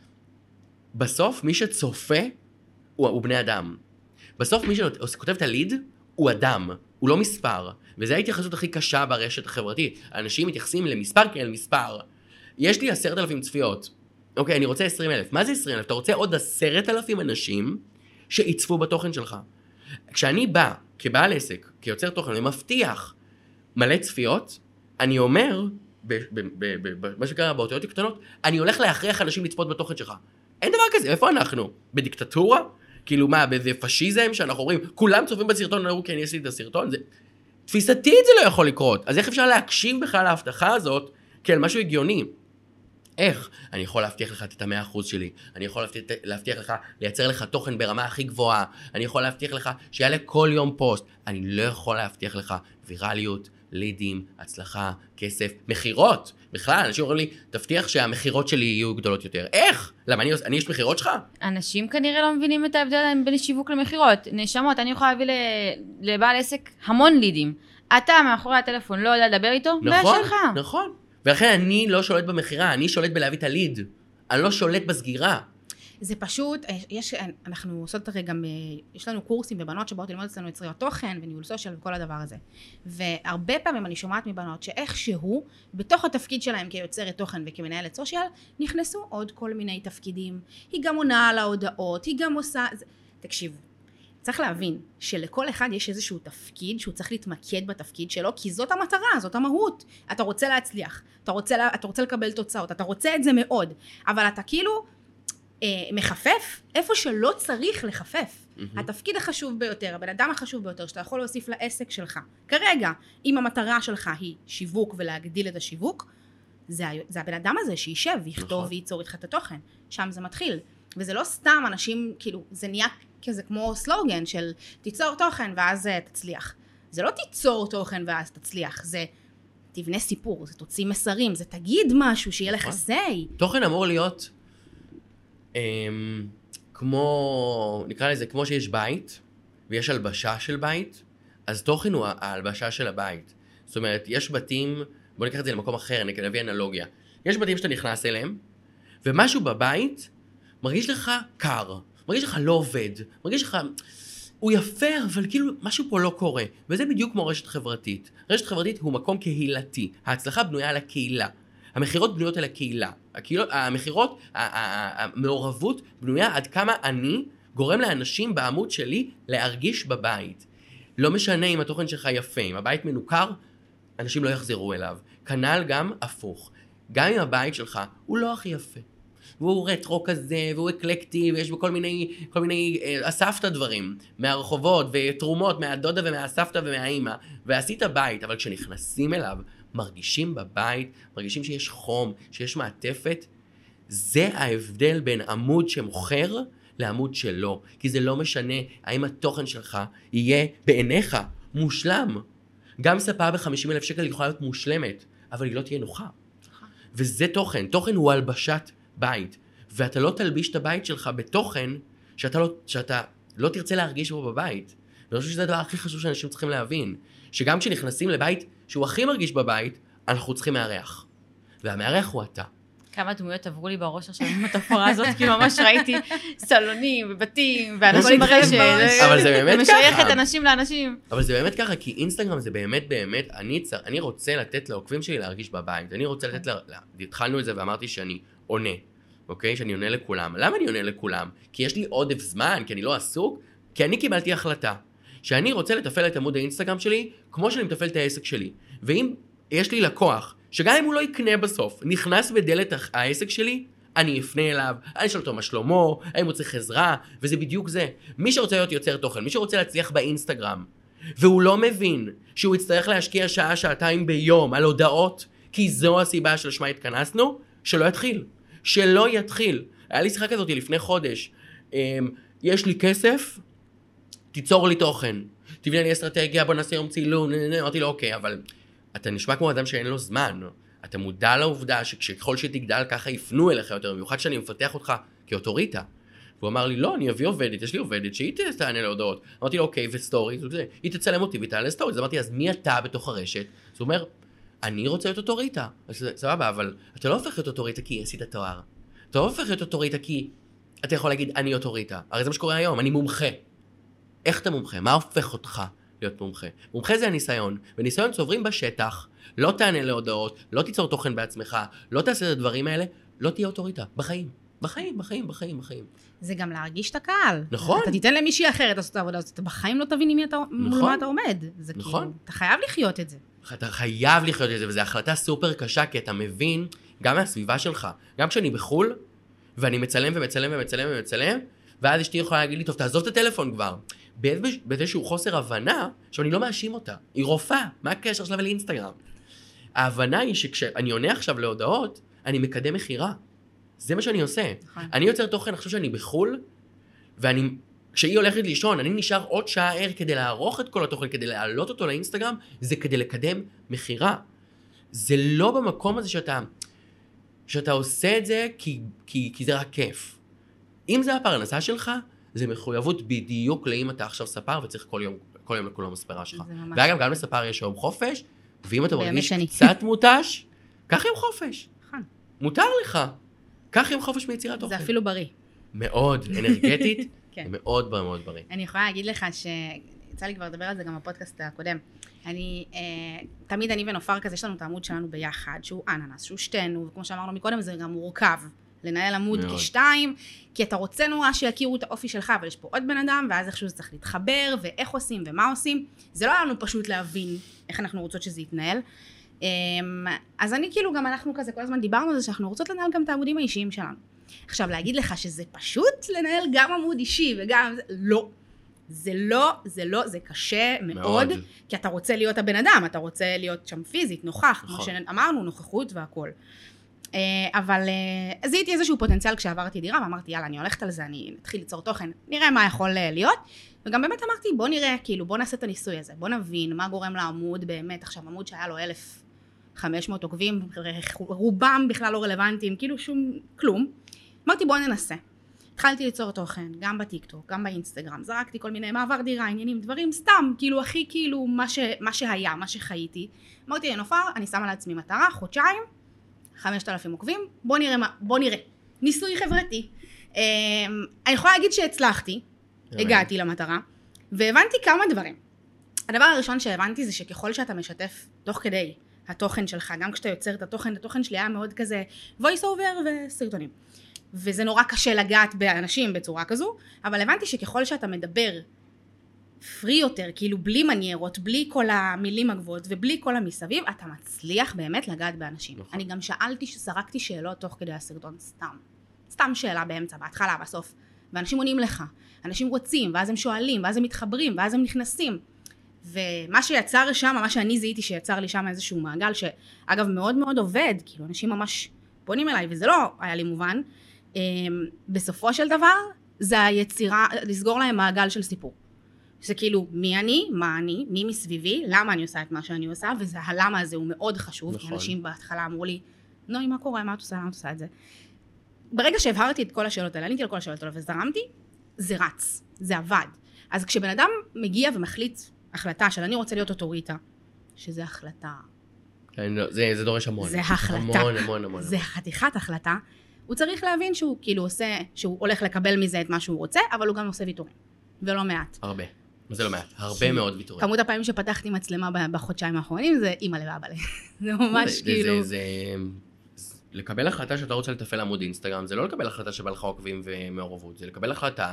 בסוף מי שצופה הוא בני אדם. בסוף מי שכותב את הליד הוא אדם, הוא לא מספר. וזו ההתייחסות הכי קשה ברשת החברתית. אנשים מתייחסים למספר כאל מספר. יש לי 10,000 צפיות. אוקיי, אני רוצה 20,000. מה זה 20,000? אתה רוצה עוד 10,000 אנשים שיצפו בתוכן שלך. כשאני בא כבעל עסק, כיוצר תוכן, ומבטיח מלא צפיות, אני אומר, במה שקרה באותיות הקטנות, אני הולך להכריח אנשים לצפות בתוכן שלך. אין דבר כזה, איפה אנחנו? בדיקטטורה? כאילו מה, באיזה פשיזם שאנחנו אומרים, כולם צופים בסרטון, נראו כי אני עשיתי את הסרטון, תפיסתית זה לא יכול לקרות. אז איך אפשר להקשיב בכלל להבטחה הזאת, כאל משהו הגיוני? איך? אני יכול להבטיח לך את ה100% שלי, אני יכול להבטיח לך, לייצר לך תוכן ברמה הכי גבוהה, אני יכול להבטיח לך שיעלה כל יום פוסט, אני לא יכול להבטיח לך ויראליות, לידים, הצלחה, כסף, מחירות. בכלל, אנשים אומרים לי, תבטיח שהמחירות שלי יהיו גדולות יותר. איך? למה, אני יש מחירות שלך? אנשים כנראה לא מבינים את ההבדל בין שיווק למחירות. נשמות, אני יכולה להביא לבעל עסק המון לידים. אתה מאחורי הטלפון לא יודע לדבר איתו, נכון, שלך. נכון. ולכן אני לא שולט במחירה, אני שולט בלהביא את הליד. אני לא שולט בסגירה. זה פשוט, אנחנו עושות הרי גם, יש לנו קורסים בבנות שבאות ללמוד אצלנו יצריות תוכן וניהול סושיאל וכל הדבר הזה. והרבה פעמים אני שומעת מבנות שאיכשהו, בתוך התפקיד שלהם כיוצרת תוכן וכמנהלת סושיאל, נכנסו עוד כל מיני תפקידים. היא גם עונה על ההודעות, היא גם עושה... תקשיבו, צריך להבין שלכל אחד יש איזשהו תפקיד שהוא צריך להתמקד בתפקיד שלו, כי זאת המטרה, זאת המהות. אתה רוצה להצליח, אתה רוצה לקבל תוצאות, אתה רוצה את זה מאוד, אבל אתה כאילו מחפף איפה שלא צריך לחפף. התפקיד החשוב ביותר, הבן אדם החשוב ביותר שאתה יכול להוסיף לעסק שלך, כרגע, אם המטרה שלך היא שיווק ולהגדיל את השיווק, זה הבן אדם הזה שישב ויכתוב וייצור איתך את התוכן. שם זה מתחיל. וזה לא סתם אנשים, כאילו, זה נהיה כזה כמו סלוגן של תיצור תוכן ואז תצליח. זה לא תיצור תוכן ואז תצליח, זה תבנה סיפור, זה תוציא מסרים, זה תגיד משהו שיהיה לך say. תוכן אמור להיות כמו, נקרא לזה, כמו שיש בית ויש הלבשה של בית, אז תוכן הוא ההלבשה של הבית. זאת אומרת, יש בתים, בוא ניקח את זה למקום אחר, נביא אנלוגיה. יש בתים שאתה נכנס אליהם, ומשהו בבית מרגיש לך קר, מרגיש לך לא עובד, מרגיש לך, הוא יפה, אבל כאילו משהו פה לא קורה. וזה בדיוק כמו רשת חברתית. רשת חברתית הוא מקום קהילתי. ההצלחה בנויה על הקהילה. המחירות בנויות על הקהילה. המחירות, המעורבות בנויה עד כמה אני גורם לאנשים בעמוד שלי להרגיש בבית. לא משנה אם התוכן שלך יפה, אם הבית מנוכר, אנשים לא יחזרו אליו. כנ"ל גם הפוך. גם אם הבית שלך הוא לא הכי יפה. והוא רטרו כזה, והוא אקלקטי, ויש בו כל מיני אספת דברים, מהרחובות, ותרומות, מהדודה ומהסבתא ומהאימא, ועשית בית, אבל כשנכנסים אליו, מרגישים בבית, מרגישים שיש חום, שיש מעטפת, זה ההבדל בין עמוד שמוכר לעמוד שלו, כי זה לא משנה האם התוכן שלך יהיה בעיניך מושלם. גם ספה ב50,000 שקל יכולה להיות מושלמת, אבל היא לא תהיה נוחה. וזה תוכן, תוכן הוא הלבשת בית, ואתה לא תלביש את הבית שלך בתוכן שאתה לא תרצה להרגיש בו בבית. ואני חושב שזה הדבר הכי חשוב שאנשים צריכים להבין, שגם כשנכנסים לבית שהוא הכי מרגיש בבית, אנחנו צריכים מארח. והמארח הוא אתה. כמה דמויות עברו לי בראש עכשיו עם התפאורה הזאת, כי ממש ראיתי סלונים ובתים ואנשים ברשת. אבל זה באמת ככה. משייך את אנשים לאנשים. אבל זה באמת ככה, כי אינסטגרם זה באמת, אני רוצה לתת לעוקבים שלי להרגיש בבית. אני רוצה לתת התחלנו את זה ואמרתי שאני עונה, אוקיי? שאני עונה לכולם. למה אני עונה לכולם? כי יש לי עודף זמן, כי אני לא עסוק, כי אני קיבלתי החלטה שאני רוצה לתפעל את עמוד האינסטגרם שלי כמו שאני מתפעל את העסק שלי. ואם יש לי לקוח שגם אם הוא לא יקנה בסוף, נכנס בדלת העסק שלי, אני אפנה אליו, אני אשאל אותו מה שלמה, האם הוא צריך עזרה, וזה בדיוק זה. מי שרוצה להיות יוצר תוכן, מי שרוצה להצליח באינסטגרם, והוא לא מבין שהוא יצטרך להשקיע שעה, שעתיים ביום על הודעות, כי זו הסיבה שלשמה התכנסנו, שלא יתחיל. שלא יתחיל. היה לי שיחה כזאת לפני חודש. יש לי כסף, תיצור לי תוכן. תבנה לי אסטרטגיה, בוא נעשה יום צילום, אמרתי לו, אוקיי, אבל אתה נשמע כמו אדם שאין לו זמן. אתה מודע לעובדה שככל שתגדל ככה יפנו אליך יותר, במיוחד שאני מפתח אותך כאוטוריטה. והוא אמר לי, לא, אני אביא עובדת, יש לי עובדת שהיא תענה להודעות. אמרתי לו, אוקיי, וסטורי, היא תצלם אותי ותענה סטורי. אז אמרתי, אז מי אתה בתוך הרשת? אז הוא אומר, אני רוצה להיות אוטוריטה. אז סבבה, אבל אתה לא הופך להיות אוטוריטה כי עשית תואר. אתה לא הופך להיות אוטוריטה כי אתה יכול להגיד, אני אוטוריטה. הרי זה מה שקורה היום, אני מומחה. איך אתה מומחה? מה הופך אותך להיות מומחה? מומחה זה הניסיון, וניסיון צוברים בשטח, לא תענה להודעות, לא תיצור תוכן בעצמך, לא תעשה את הדברים האלה, לא תהיה אוטוריטה. בחיים. זה גם להרגיש את הקהל. נכון. אתה תיתן למישהי אחרת לעשות את העבודה הזאת, אתה בחיים לא תבין מול מה אתה עומד. זה נכון. כאילו, אתה חייב לחיות את זה. אתה חייב לחיות את זה, וזו החלטה סופר קשה, כי אתה מבין, גם מהסביבה שלך, גם כשאני בחול, ואני מצלם, ואז אשתי יכולה להגיד לי, טוב, תעזוב את הטלפון כבר. באיזשהו חוסר הבנה, שאני לא מאשים אותה. היא רופאה, מה הקשר שלה לאינסטגרם? ההבנה היא שכשאני עונה עכשיו להודעות, אני מקדם מחירה. זה מה שאני עושה. אני יוצר תוכן, אני חושב שאני בחול, כשהיא הולכת לישון, אני נשאר עוד שעה ער כדי לערוך את כל התוכן, כדי להעלות אותו לאינסטגרם, זה כדי לקדם מחירה. זה לא במקום הזה שאתה עושה את זה כי זה רק כיף. אם זה הפרנסה שלך, זה מחויבות בדיוק לאם אתה עכשיו ספר וצריך כל יום לכולם מספרה שלך. ואגב, גם לספר יש יום חופש, ואם אתה מרגיש קצת מותש, קח יום חופש. מותר לך. קח יום חופש מיצירת תוכן. זה אפילו בריא. מאוד אנרגטית, מאוד מאוד בריא. אני יכולה להגיד לך יצא לי כבר לדבר על זה גם בפודקאסט הקודם. תמיד אני ונופר כזה, יש לנו את העמוד שלנו ביחד, שהוא אננס, שהוא שתינו, וכמו שאמרנו מקודם, זה גם מורכב. לנהל עמוד כשתיים, כי אתה רוצה נורא שיכירו את האופי שלך, אבל יש פה עוד בן אדם, ואז איכשהו זה צריך להתחבר, ואיך עושים ומה עושים. זה לא היה לנו פשוט להבין איך אנחנו רוצות שזה יתנהל. אז אני כאילו, גם אנחנו כזה, כל הזמן דיברנו על זה, שאנחנו רוצות לנהל גם את העמודים האישיים שלנו. עכשיו, להגיד לך שזה פשוט לנהל גם עמוד אישי, וגם, לא. זה קשה מאוד, כי אתה רוצה להיות הבן אדם, אתה רוצה להיות שם פיזית, נוכח, כמו שאמרנו, נוכחות והכל. אבל זיהיתי איזשהו פוטנציאל כשעברתי דירה, ואמרתי, יאללה, אני הולכת על זה, אני נתחיל ליצור תוכן, נראה מה יכול להיות, וגם באמת אמרתי, בוא נראה, כאילו, בוא נעשה את הניסוי הזה, בוא נבין מה גורם לעמוד באמת, עכשיו עמוד שהיה לו 1,500 עוקבים, רובם בכלל לא רלוונטיים, כאילו כלום, אמרתי, בוא ננסה. התחלתי ליצור תוכן, גם בטיקטוק, גם באינסטגרם, זרקתי כל מיני מעבר דירה, עניינים, דברים, סתם, כאילו, הכי כאילו, מה שהיה, מה שחייתי. אמרתי, נופר, אני שמה לעצמי מטרה, חודשיים, 5,000 עוקבים, בוא נראה. ניסוי חברתי. אני יכולה להגיד שהצלחתי, הגעתי למטרה, והבנתי כמה דברים. הדבר הראשון שהבנתי זה שככל שאתה משתף תוך כדי התוכן שלך, גם כשאתה יוצר את התוכן שלי היה מאוד כזה voice over וסרטונים. וזה נורא קשה לגעת באנשים בצורה כזו, אבל הבנתי שככל שאתה מדבר פרי יותר, כאילו בלי מניירות, בלי כל המילים הגבוהות ובלי כל המסביב, אתה מצליח באמת לגעת באנשים. אני גם זרקתי שאלות תוך כדי הסרטון, סתם שאלה באמצע, בהתחלה, בסוף, ואנשים עונים לך, אנשים רוצים, ואז הם שואלים, ואז הם מתחברים, ואז הם נכנסים, ומה שיצר שם, מה שאני זיהיתי שיצר לי שם איזשהו מעגל, שאגב מאוד מאוד עובד, כאילו אנשים ממש פונים אליי, וזה לא היה לי מובן, בסופו של דבר, זה היצירה, לסגור להם מעגל של סיפור. זה כאילו מי אני, מה אני, מי מסביבי, למה אני עושה את מה שאני עושה, וזה הלמה הזה הוא מאוד חשוב, כי אנשים בהתחלה אמרו לי, נוי, מה קורה, מה את עושה את זה? ברגע שהבהרתי את כל השאלות האלה, עניתי על כל השאלות האלה וזרמתי, זה רץ, זה עבד. אז כשבן אדם מגיע ומחליט החלטה של אני רוצה להיות אוטוריטה, שזה החלטה. זה דורש המון. זה החלטה. המון. זה חתיכת החלטה. הוא צריך להבין שהוא כאילו עושה, שהוא הולך לקבל מזה את מה שהוא רוצה, אבל הוא גם עושה ויתורים. ולא מעט. הרבה. זה לא מעט. הרבה מאוד ויתורים. כמות הפעמים שפתחתי מצלמה בחודשיים האחרונים, זה אימא לבא. זה ממש כאילו... לקבל החלטה שאתה רוצה לתפעל עמוד אינסטגרם, זה לא לקבל החלטה שבא לך עוקבים ומעורבות, זה לקבל החלטה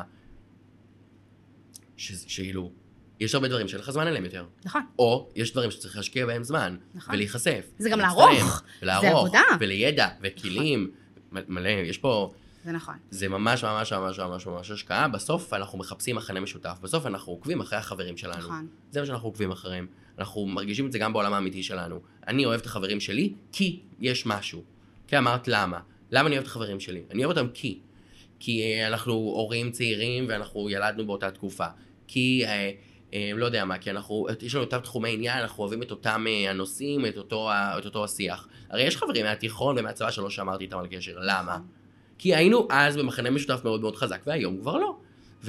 שאילו, יש הרבה דברים שאין לך זמן עליהם יותר. נכון. או יש דברים שצריך להשקיע בהם זמן, ולהיחשף. זה גם לערוך. זה עבודה. ולידע, וכלים, מלא, יש פה... זה נכון. זה ממש השקעה, בסוף אנחנו מחפשים מחנה משותף, בסוף אנחנו עוקבים אחרי החברים שלנו. נכון. זה מה שאנחנו עוקבים אחריהם. אנחנו מרגישים את זה גם בעולם האמיתי שלנו. אני אוהב את החברים שלי כי יש משהו. כי אמרת למה? למה אני אוהב את החברים שלי? אני אוהב אותם כי אנחנו הורים צעירים ואנחנו ילדנו באותה תקופה. כי לא יודע מה, כי יש לנו אותם תחומי עניין, אנחנו אוהבים את אותם הנושאים, את אותו השיח. הרי יש חברים מהתיכון ומהצבא שלא שאמרתי איתם על קשר, למה? כי היינו אז במחנה משותף מאוד מאוד חזק, והיום כבר לא.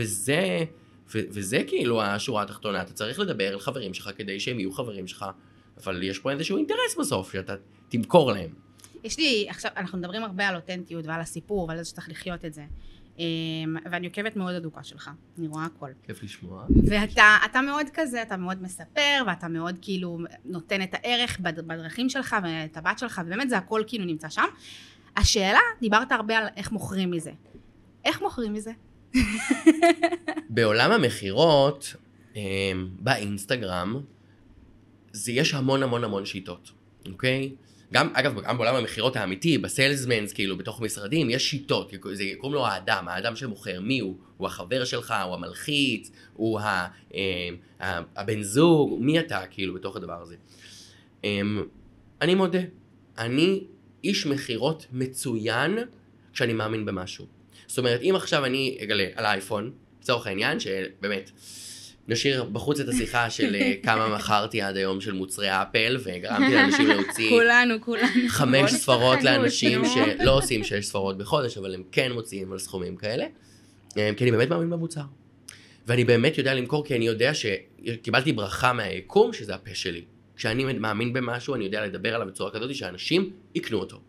וזה כאילו השורה התחתונה, אתה צריך לדבר על חברים שלך כדי שהם יהיו חברים שלך, אבל יש פה איזשהו אינטרס בסוף, שאתה תמכור להם. יש לי, עכשיו, אנחנו מדברים הרבה על אותנטיות ועל הסיפור ועל זה שצריך לחיות את זה. ואני עוקבת מאוד אדוקה שלך, אני רואה הכל. כיף לשמוע. ואתה מאוד כזה, אתה מאוד מספר, ואתה מאוד כאילו נותן את הערך בדרכים שלך ואת הבת שלך, ובאמת זה הכל כאילו נמצא שם. השאלה, דיברת הרבה על איך מוכרים מזה. איך מוכרים מזה? בעולם המחירות, באינסטגרם, יש המון המון המון שיטות, אוקיי? אגב, גם בעולם המחירות האמיתי, בסיילסמנס, כאילו, בתוך משרדים, יש שיטות, קוראים לו האדם שמוכר, מי הוא? הוא החבר שלך, הוא המלחיץ, הוא הבן זוג, מי אתה, כאילו, בתוך הדבר הזה. אני מודה, אני איש מחירות מצוין כשאני מאמין במשהו. זאת אומרת, אם עכשיו אני אגלה על האייפון, לצורך העניין, שבאמת, נשאיר בחוץ את השיחה של כמה מכרתי עד היום של מוצרי אפל, וגרמתי לאנשים להוציא כולנו. 5 ספרות לאנשים שלא עושים 6 ספרות בחודש, אבל הם כן מוציאים על סכומים כאלה, כי אני באמת מאמין במוצר. ואני באמת יודע למכור, כי אני יודע שקיבלתי ברכה מהיקום, שזה הפה שלי. כשאני מאמין במשהו, אני יודע לדבר עליו בצורה כזאת, שאנשים יקנו אותו.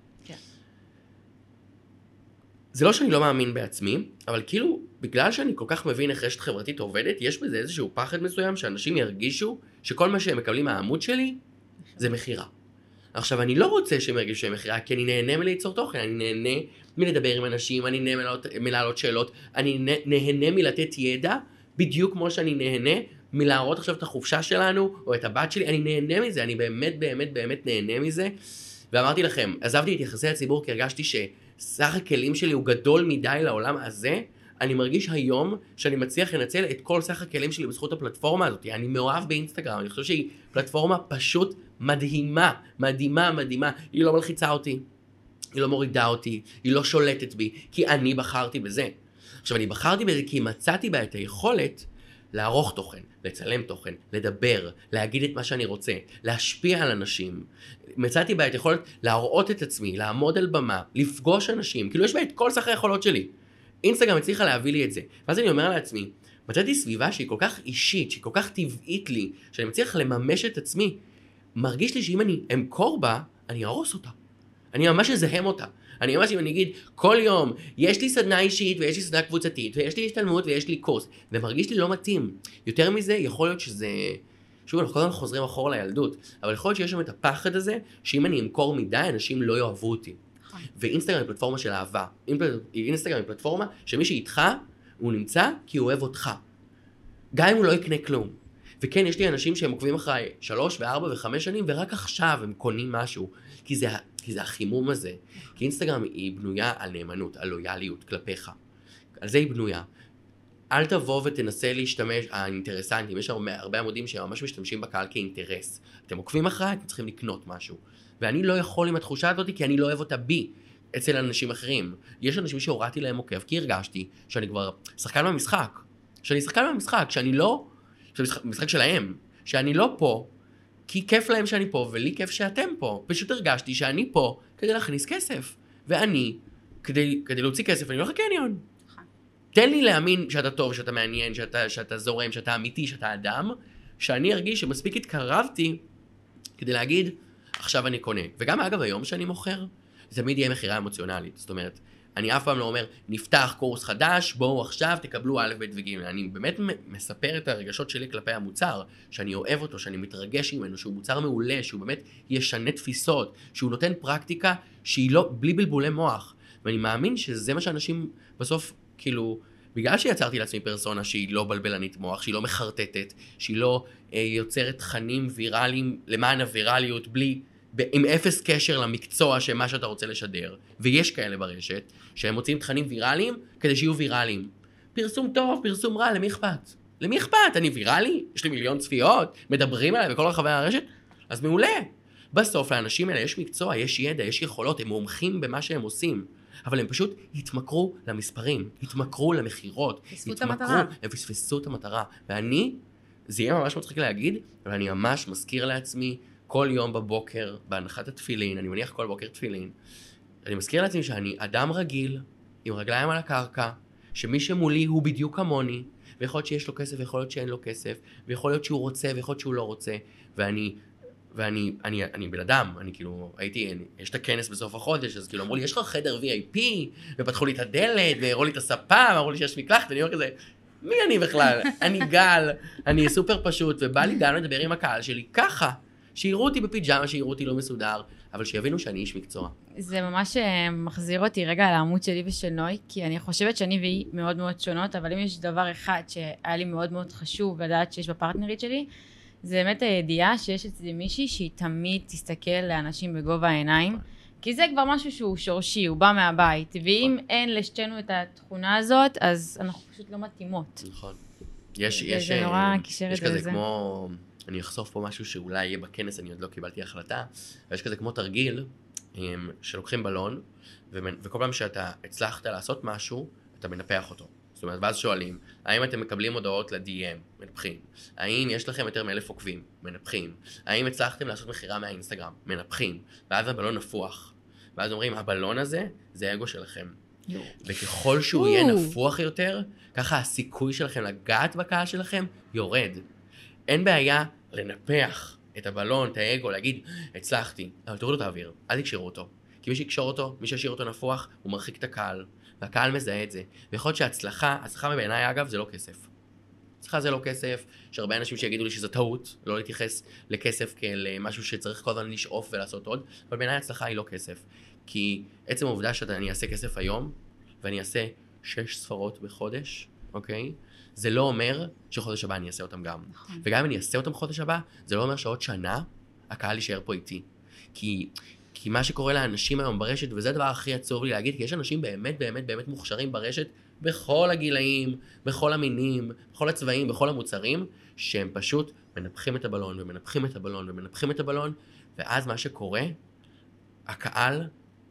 זה לא שאני לא מאמין בעצמי, אבל כאילו, בגלל שאני כל כך מבין איך רשת חברתית עובדת, יש בזה איזשהו פחד מסוים שאנשים ירגישו שכל מה שהם מקבלים מהעמוד שלי, זה מחירה. עכשיו, אני לא רוצה שהם ירגישו שהם מחירה, כי אני נהנה מליצור תוכן, אני נהנה מלדבר עם אנשים, אני נהנה מלהעלות שאלות, אני נהנה מלתת ידע, בדיוק כמו שאני נהנה מלהראות עכשיו את החופשה שלנו, או את הבת שלי, אני נהנה מזה, אני באמת באמת באמת נהנה מזה. ואמרתי לכם, עזבתי את יחסי הציבור כי הרגשתי שסך הכלים שלי הוא גדול מדי לעולם הזה. אני מרגיש היום שאני מצליח לנצל את כל סך הכלים שלי בזכות הפלטפורמה הזאת. אני מאוהב באינסטגרם, אני חושב שהיא פלטפורמה פשוט מדהימה, מדהימה, מדהימה. היא לא מלחיצה אותי, היא לא מורידה אותי, היא לא שולטת בי, כי אני בחרתי בזה. עכשיו, אני בחרתי בזה כי מצאתי בה את היכולת לערוך תוכן, לצלם תוכן, לדבר, להגיד את מה שאני רוצה, להשפיע על אנשים. מצאתי בה את יכולת להראות את עצמי, לעמוד על במה, לפגוש אנשים, כאילו יש בה את כל סך היכולות שלי. אינסטגרם הצליחה להביא לי את זה. ואז אני אומר לעצמי, מצאתי סביבה שהיא כל כך אישית, שהיא כל כך טבעית לי, שאני מצליח לממש את עצמי. מרגיש לי שאם אני אמכור בה, אני ארוס אותה. אני ממש אזהם אותה. אני ממש, אם אני אגיד, כל יום, יש לי סדנה אישית ויש לי סדנה קבוצתית, ויש לי השתלמות ויש לי קורס, ומרגיש לי לא מתאים. יותר מזה, יכול להיות שזה, שוב, אנחנו כל הזמן חוזרים אחורה לילדות, אבל יכול להיות שיש שם את הפחד הזה, שאם אני אמכור מדי, אנשים לא יאהבו אותי. ואינסטגרם היא פלטפורמה של אהבה. אינסטגרם היא פלטפורמה שמי שאיתך, הוא נמצא כי הוא אוהב אותך. גם אם הוא לא יקנה כלום. וכן, יש לי אנשים שהם עוקבים אחריי 3 ו4 ו5 שנים, ורק עכשיו הם קונים משהו. כי זה החימום הזה. כי אינסטגרם היא בנויה על נאמנות, על לויאליות כלפיך. על זה היא בנויה. אל תבוא ותנסה להשתמש, האינטרסנטים, יש הרבה עמודים שממש משתמשים בקהל כאינטרס. אתם עוקבים אחריי, אתם צריכים לקנות משהו. ואני לא יכול עם התחושה הזאת, כי אני לא אוהב אותה בי, אצל אנשים אחרים. יש אנשים שהורדתי להם עוקב, כי הרגשתי שאני כבר שחקן במשחק. שאני שחקן במשחק, שאני לא, משחק שלהם, שאני לא פה, כי כיף להם שאני פה, ולי כיף שאתם פה. פשוט הרגשתי שאני פה כדי להכניס כסף. ואני, כדי להוציא כסף, אני הולך לקניון. תן לי להאמין שאתה טוב, שאתה מעניין, שאתה זורם, שאתה אמיתי, שאתה אדם, שאני ארגיש שמספיק התקרבתי כדי להגיד, עכשיו אני קונה. וגם אגב היום שאני מוכר, זה תמיד יהיה מחירה אמוציונלית. זאת אומרת, אני אף פעם לא אומר, נפתח קורס חדש, בואו עכשיו תקבלו א' ב' וג'. אני באמת מספר את הרגשות שלי כלפי המוצר, שאני אוהב אותו, שאני מתרגש ממנו, שהוא מוצר מעולה, שהוא באמת ישנה תפיסות, שהוא נותן פרקטיקה שהיא לא, בלי בלבולי מוח. ואני מאמין שזה מה שאנשים בסוף, כאילו, בגלל שיצרתי לעצמי פרסונה שהיא לא בלבלנית מוח, שהיא לא מחרטטת, שהיא לא יוצרת תכנים ויראליים למען הווירליות, עם אפס קשר למקצוע שמה שאתה רוצה לשדר. ויש כאלה ברשת שהם מוצאים תכנים ויראליים כדי שיהיו ויראליים. פרסום טוב, פרסום רע, למי אכפת? למי אכפת? אני ויראלי? יש לי 1,000,000 צפיות? מדברים עליי בכל רחבי הרשת? אז מעולה. בסוף לאנשים האלה יש מקצוע, יש ידע, יש יכולות, הם מומחים במה שהם עושים. אבל הם פשוט התמכרו למספרים, התמכרו למחירות, הם פספסו את המטרה. ואני, זה יהיה ממש מצחיק להגיד, אבל אני ממש מזכיר לעצמי כל יום בבוקר, בהנחת התפילין, אני מניח כל בוקר תפילין, אני מזכיר לעצמי שאני אדם רגיל, עם רגליים על הקרקע, שמי שמולי הוא בדיוק כמוני, ויכול להיות שיש לו כסף, ויכול להיות שאין לו כסף, ויכול להיות שהוא רוצה, ויכול להיות שהוא לא רוצה, ואני בן אדם, אני כאילו, יש את הכנס בסוף החודש, אז כאילו אמרו לי, יש לך חדר VIP, ופתחו לי את הדלת, והראו לי את הספה, אמרו לי שיש מקלחת, ואני אומר כזה, מי אני בכלל? אני גל, אני סופר פשוט, ובא לי גם לדבר עם הקהל שלי ככה, שיראו אותי בפיג'מה, שיראו אותי לא מסודר, אבל שיבינו שאני איש מקצוע. זה ממש מחזיר אותי רגע לעמוד שלי ושל נוי, כי אני חושבת שאני והיא מאוד מאוד שונות, אבל אם יש דבר אחד שהיה לי מאוד מאוד חשוב לדעת שיש בפרטנרית שלי, זה באמת הידיעה שיש אצלי מישהי שהיא תמיד תסתכל לאנשים בגובה העיניים, כי זה כבר משהו שהוא שורשי, הוא בא מהבית, ואם אין לשתינו את התכונה הזאת, אז אנחנו פשוט לא מתאימות. נכון. זה נורא קישר את זה. יש כזה כמו, אני אחשוף פה משהו שאולי יהיה בכנס, אני עוד לא קיבלתי החלטה, ויש כזה כמו תרגיל, שלוקחים בלון, וכל פעם שאתה הצלחת לעשות משהו, אתה מנפח אותו. זאת אומרת, ואז שואלים, האם אתם מקבלים הודעות ל-DM? מנפחים. האם יש לכם יותר מ1,000 עוקבים? מנפחים. האם הצלחתם לעשות מחירה מהאינסטגרם? מנפחים. ואז הבלון נפוח. ואז אומרים, הבלון הזה, זה האגו שלכם. וככל שהוא יהיה נפוח יותר, ככה הסיכוי שלכם לגעת בקהל שלכם יורד. אין בעיה לנפח את הבלון, את האגו, להגיד, הצלחתי, אבל תורידו את האוויר, אל תקשרו אותו. כי מי שיקשור אותו, מי שישאיר אותו נפוח, הוא מרחיק את הקהל. והקהל מזהה את זה. ויכול להיות שההצלחה בעיניי אגב זה לא כסף. הצלחה זה לא כסף, יש הרבה אנשים שיגידו לי שזה טעות, לא להתייחס לכסף כאל משהו שצריך כל הזמן לשאוף ולעשות עוד, אבל בעיניי ההצלחה היא לא כסף. כי עצם העובדה שאני אעשה כסף היום, ואני אעשה 6 ספרות בחודש, אוקיי? זה לא אומר שחודש הבא אני אעשה אותם גם. נכון. וגם אם אני אעשה אותם חודש הבא, זה לא אומר שעוד שנה הקהל יישאר פה איתי. כי מה שקורה לאנשים היום ברשת, וזה הדבר הכי עצוב לי להגיד, כי יש אנשים באמת באמת באמת מוכשרים ברשת, בכל הגילאים, בכל המינים, בכל הצבעים, בכל המוצרים, שהם פשוט מנפחים את הבלון, ומנפחים את הבלון, ומנפחים את הבלון, ואז מה שקורה, הקהל,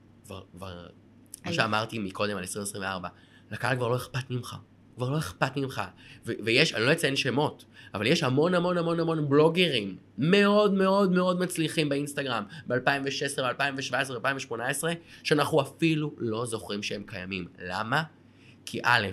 כבר מה שאמרתי מקודם על 2024, לקהל כבר לא אכפת ממך. כבר לא אכפת ממך. ויש, אני לא אציין שמות, אבל יש המון המון המון המון בלוגרים, מאוד מאוד מאוד מצליחים באינסטגרם, ב-2016, ב-2017, ב-2018, שאנחנו אפילו לא זוכרים שהם קיימים. למה? כי א',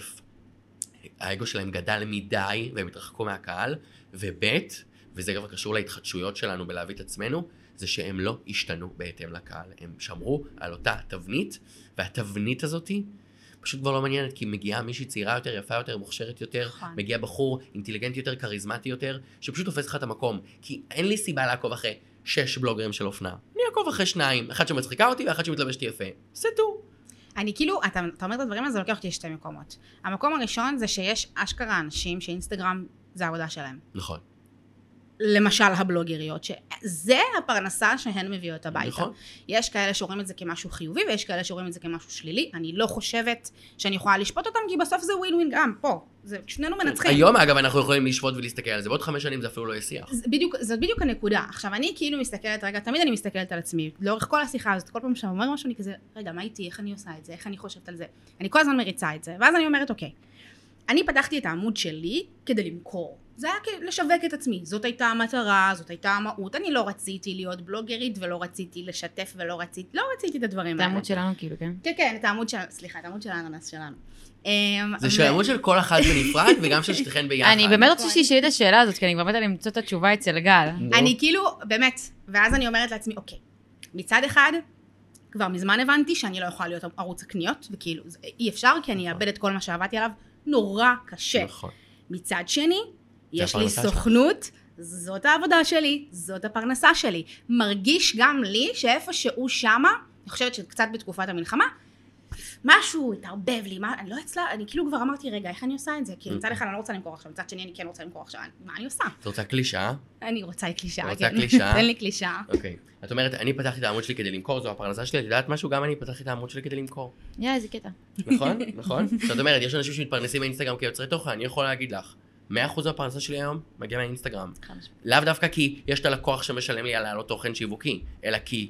האגו שלהם גדל מדי, והם התרחקו מהקהל, וב', וזה כבר קשור להתחדשויות שלנו בלהביא את עצמנו, זה שהם לא השתנו בהתאם לקהל. הם שמרו על אותה תבנית, והתבנית הזאת פשוט כבר לא מעניינת, כי מגיעה מישהי צעירה יותר, יפה יותר, מוכשרת יותר, מגיע בחור אינטליגנטי יותר, כריזמטי יותר, שפשוט תופס לך את המקום. כי אין לי סיבה לעקוב אחרי 6 בלוגרים של אופנה. אני אעקוב אחרי 2, אחד שמצחיקה אותי ואחד שמתלבשת יפה. זה טוב. אני כאילו, אתה אומר את הדברים הזה, לוקח אותי לשתי מקומות. המקום הראשון זה שיש אשכרה אנשים שאינסטגרם זה העבודה שלהם. נכון. למשל הבלוגריות, שזה הפרנסה שהן מביאות הביתה. נכון. יש כאלה שרואים את זה כמשהו חיובי, ויש כאלה שרואים את זה כמשהו שלילי. אני לא חושבת שאני יכולה לשפוט אותם, כי בסוף זה ווין ווין גם, פה. זה שנינו מנצחים. היום אגב אנחנו יכולים לשפוט ולהסתכל על זה, בעוד 5 שנים זה אפילו לא יהיה שיח. זאת בדיוק הנקודה. עכשיו אני כאילו מסתכלת, רגע, תמיד אני מסתכלת על עצמי, לאורך כל השיחה הזאת, כל פעם שאני אומר משהו, אני כזה, רגע, מה איתי, איך אני עושה את זה, איך אני חושבת על זה. אני כל הזמן מריצה את זה, ואז אני אומרת, אוקיי, אני פתחתי את העמוד שלי כדי למכור. זה היה לשווק את עצמי, זאת הייתה המטרה, זאת הייתה המהות, אני לא רציתי להיות בלוגרית ולא רציתי לשתף ולא רציתי את הדברים האלה. את העמוד שלנו כאילו, כן? כן, את העמוד שלנו, סליחה, את העמוד של האננס שלנו. זה של העמוד של כל אחד בנפרד וגם של שתיכן ביחד. אני באמת רוצה שתשאלי את השאלה הזאת, כי אני כבר מתה למצוא את התשובה אצל גל. אני כאילו, באמת, ואז אני אומרת לעצמי, אוקיי, מצד אחד, כבר מזמן הבנתי שאני לא יכולה להיות ערוץ הקניות, וכאילו, אי אפשר, כי אני אאבד את כל מה שעבדתי עליו, נורא קשה. מצד שני, יש לי סוכנות, זאת העבודה שלי, זאת הפרנסה שלי. מרגיש גם לי שאיפשהו שמה, אני חושבת שקצת בתקופת המלחמה, משהו התערבב לי, אני לא אצלה, אני כאילו כבר אמרתי, רגע, איך אני עושה את זה? כי מצד אחד אני לא רוצה למכור עכשיו, מצד שני אני כן רוצה למכור עכשיו, מה אני עושה? את רוצה קלישה? אני רוצה קלישה, רוצה כן. קלישה? תן לי קלישה. אוקיי. את אומרת, אני פתחתי את העמוד שלי כדי למכור, זו הפרנסה שלי, את יודעת משהו? גם אני פתחתי את העמוד שלי כדי למכור. איזה קטע. נכון? נכון? זאת אומרת, יש אנשים שמתפרנסים באינסטגרם כיוצרי תוכן, אני יכול להגיד לך, 100% מהפרנסה שלי היום מגיע מהאינסטגרם. לאו דווקא כי יש את הלקוח שמשלם לי על להעלות תוכן שיווקי, אלא כי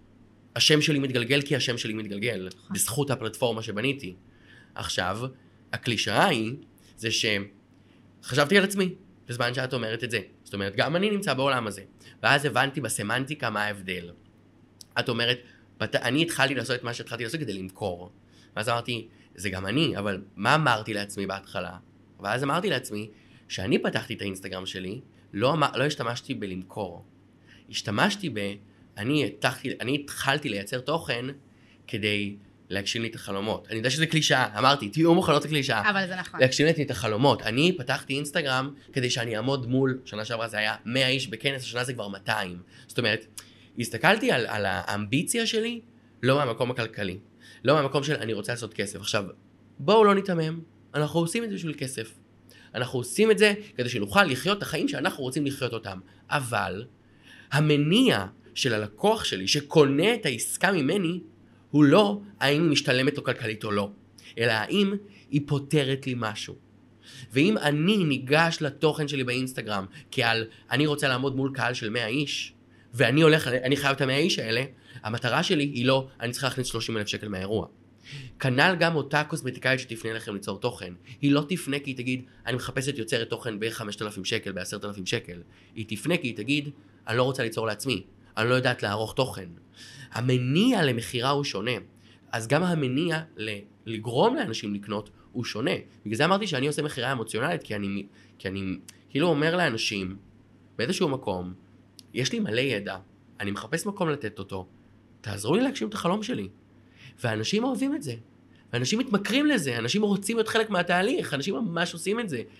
השם שלי מתגלגל כי השם שלי מתגלגל, בזכות הפלטפורמה שבניתי. עכשיו, הקלישאה היא, זה שחשבתי על עצמי, בזמן שאת אומרת את זה. זאת אומרת, גם אני נמצא בעולם הזה. ואז הבנתי בסמנטיקה מה ההבדל. את אומרת, אני התחלתי לעשות את מה שהתחלתי לעשות כדי למכור. ואז אמרתי, זה גם אני, אבל מה אמרתי לעצמי בהתחלה? ואז אמרתי לעצמי, שאני פתחתי את האינסטגרם שלי, לא השתמשתי בלמכור. השתמשתי אני התחלתי לייצר תוכן כדי להגשים לי את החלומות. אני יודע שזה קלישאה, אמרתי, תהיו מוכנות לקלישאה. אבל זה נכון. להגשים לי את החלומות. אני פתחתי אינסטגרם כדי שאני אעמוד מול, שנה שעברה זה היה 100 איש בכנס, השנה זה כבר 200. זאת אומרת, הסתכלתי על האמביציה שלי, לא מהמקום הכלכלי. לא מהמקום של אני רוצה לעשות כסף. עכשיו, בואו לא נתמם, אנחנו עושים את זה בשביל כסף. אנחנו עושים את זה כדי שנוכל לחיות את החיים שאנחנו רוצים לחיות אותם. אבל המניע של הלקוח שלי שקונה את העסקה ממני, הוא לא האם היא משתלמת לו כלכלית או לא, אלא האם היא פותרת לי משהו. ואם אני ניגש לתוכן שלי באינסטגרם כעל אני רוצה לעמוד מול קהל של 100 איש, אני חייב את ה-100 איש האלה, המטרה שלי היא לא, אני צריכה להכניס 30,000 שקל מהאירוע. כנ"ל גם אותה קוסמטיקאית שתפנה אליכם ליצור תוכן. היא לא תפנה כי היא תגיד, אני מחפשת יוצרת תוכן ב-5,000 שקל, ב-10,000 שקל. היא תפנה כי היא תגיד, אני לא רוצה ליצור לעצמי, אני לא יודעת לערוך תוכן. המניע למחירה הוא שונה. אז גם המניע לגרום לאנשים לקנות הוא שונה. בגלל זה אמרתי שאני עושה מחירה אמוציונלית, כי אני כאילו אומר לאנשים, באיזשהו מקום, יש לי מלא ידע, אני מחפש מקום לתת אותו, תעזרו לי להגשים את החלום שלי. ואנשים אוהבים את זה. ואנשים מתמכרים לזה, אנשים רוצים להיות חלק מהתהליך, אנשים ממש עושים את זה.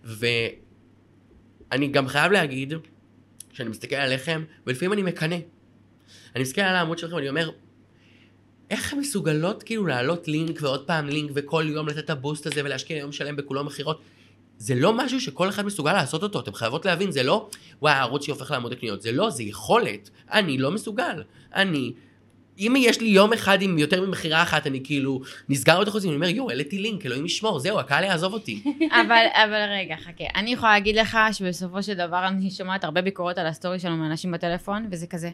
ואני גם חייב להגיד, שאני מסתכל עליכם, ולפעמים אני מקנה. אני מסתכל על העמוד שלכם, ואני אומר, איך הן מסוגלות כאילו להעלות לינק ועוד פעם לינק, וכל יום לתת את הבוסט הזה, ולהשקיע יום שלם בכולו מחירות? זה לא משהו שכל אחד מסוגל לעשות אותו, אתם חייבות להבין, זה לא, הערוץ שהופך לעמוד הקניות, זה לא, זה יכולת. אני לא מסוגל. אם יש לי יום אחד עם יותר ממחירה אחת, אני כאילו נסגר את החוזים, אני אומר, העליתי לינק, אלוהים ישמור, זהו, הקהל יעזוב אותי. אבל רגע, חכה, אני יכולה להגיד לך שבסופו של דבר אני שומעת הרבה ביקורות על הסטורי שלנו מאנשים בטלפון, וזה כזה.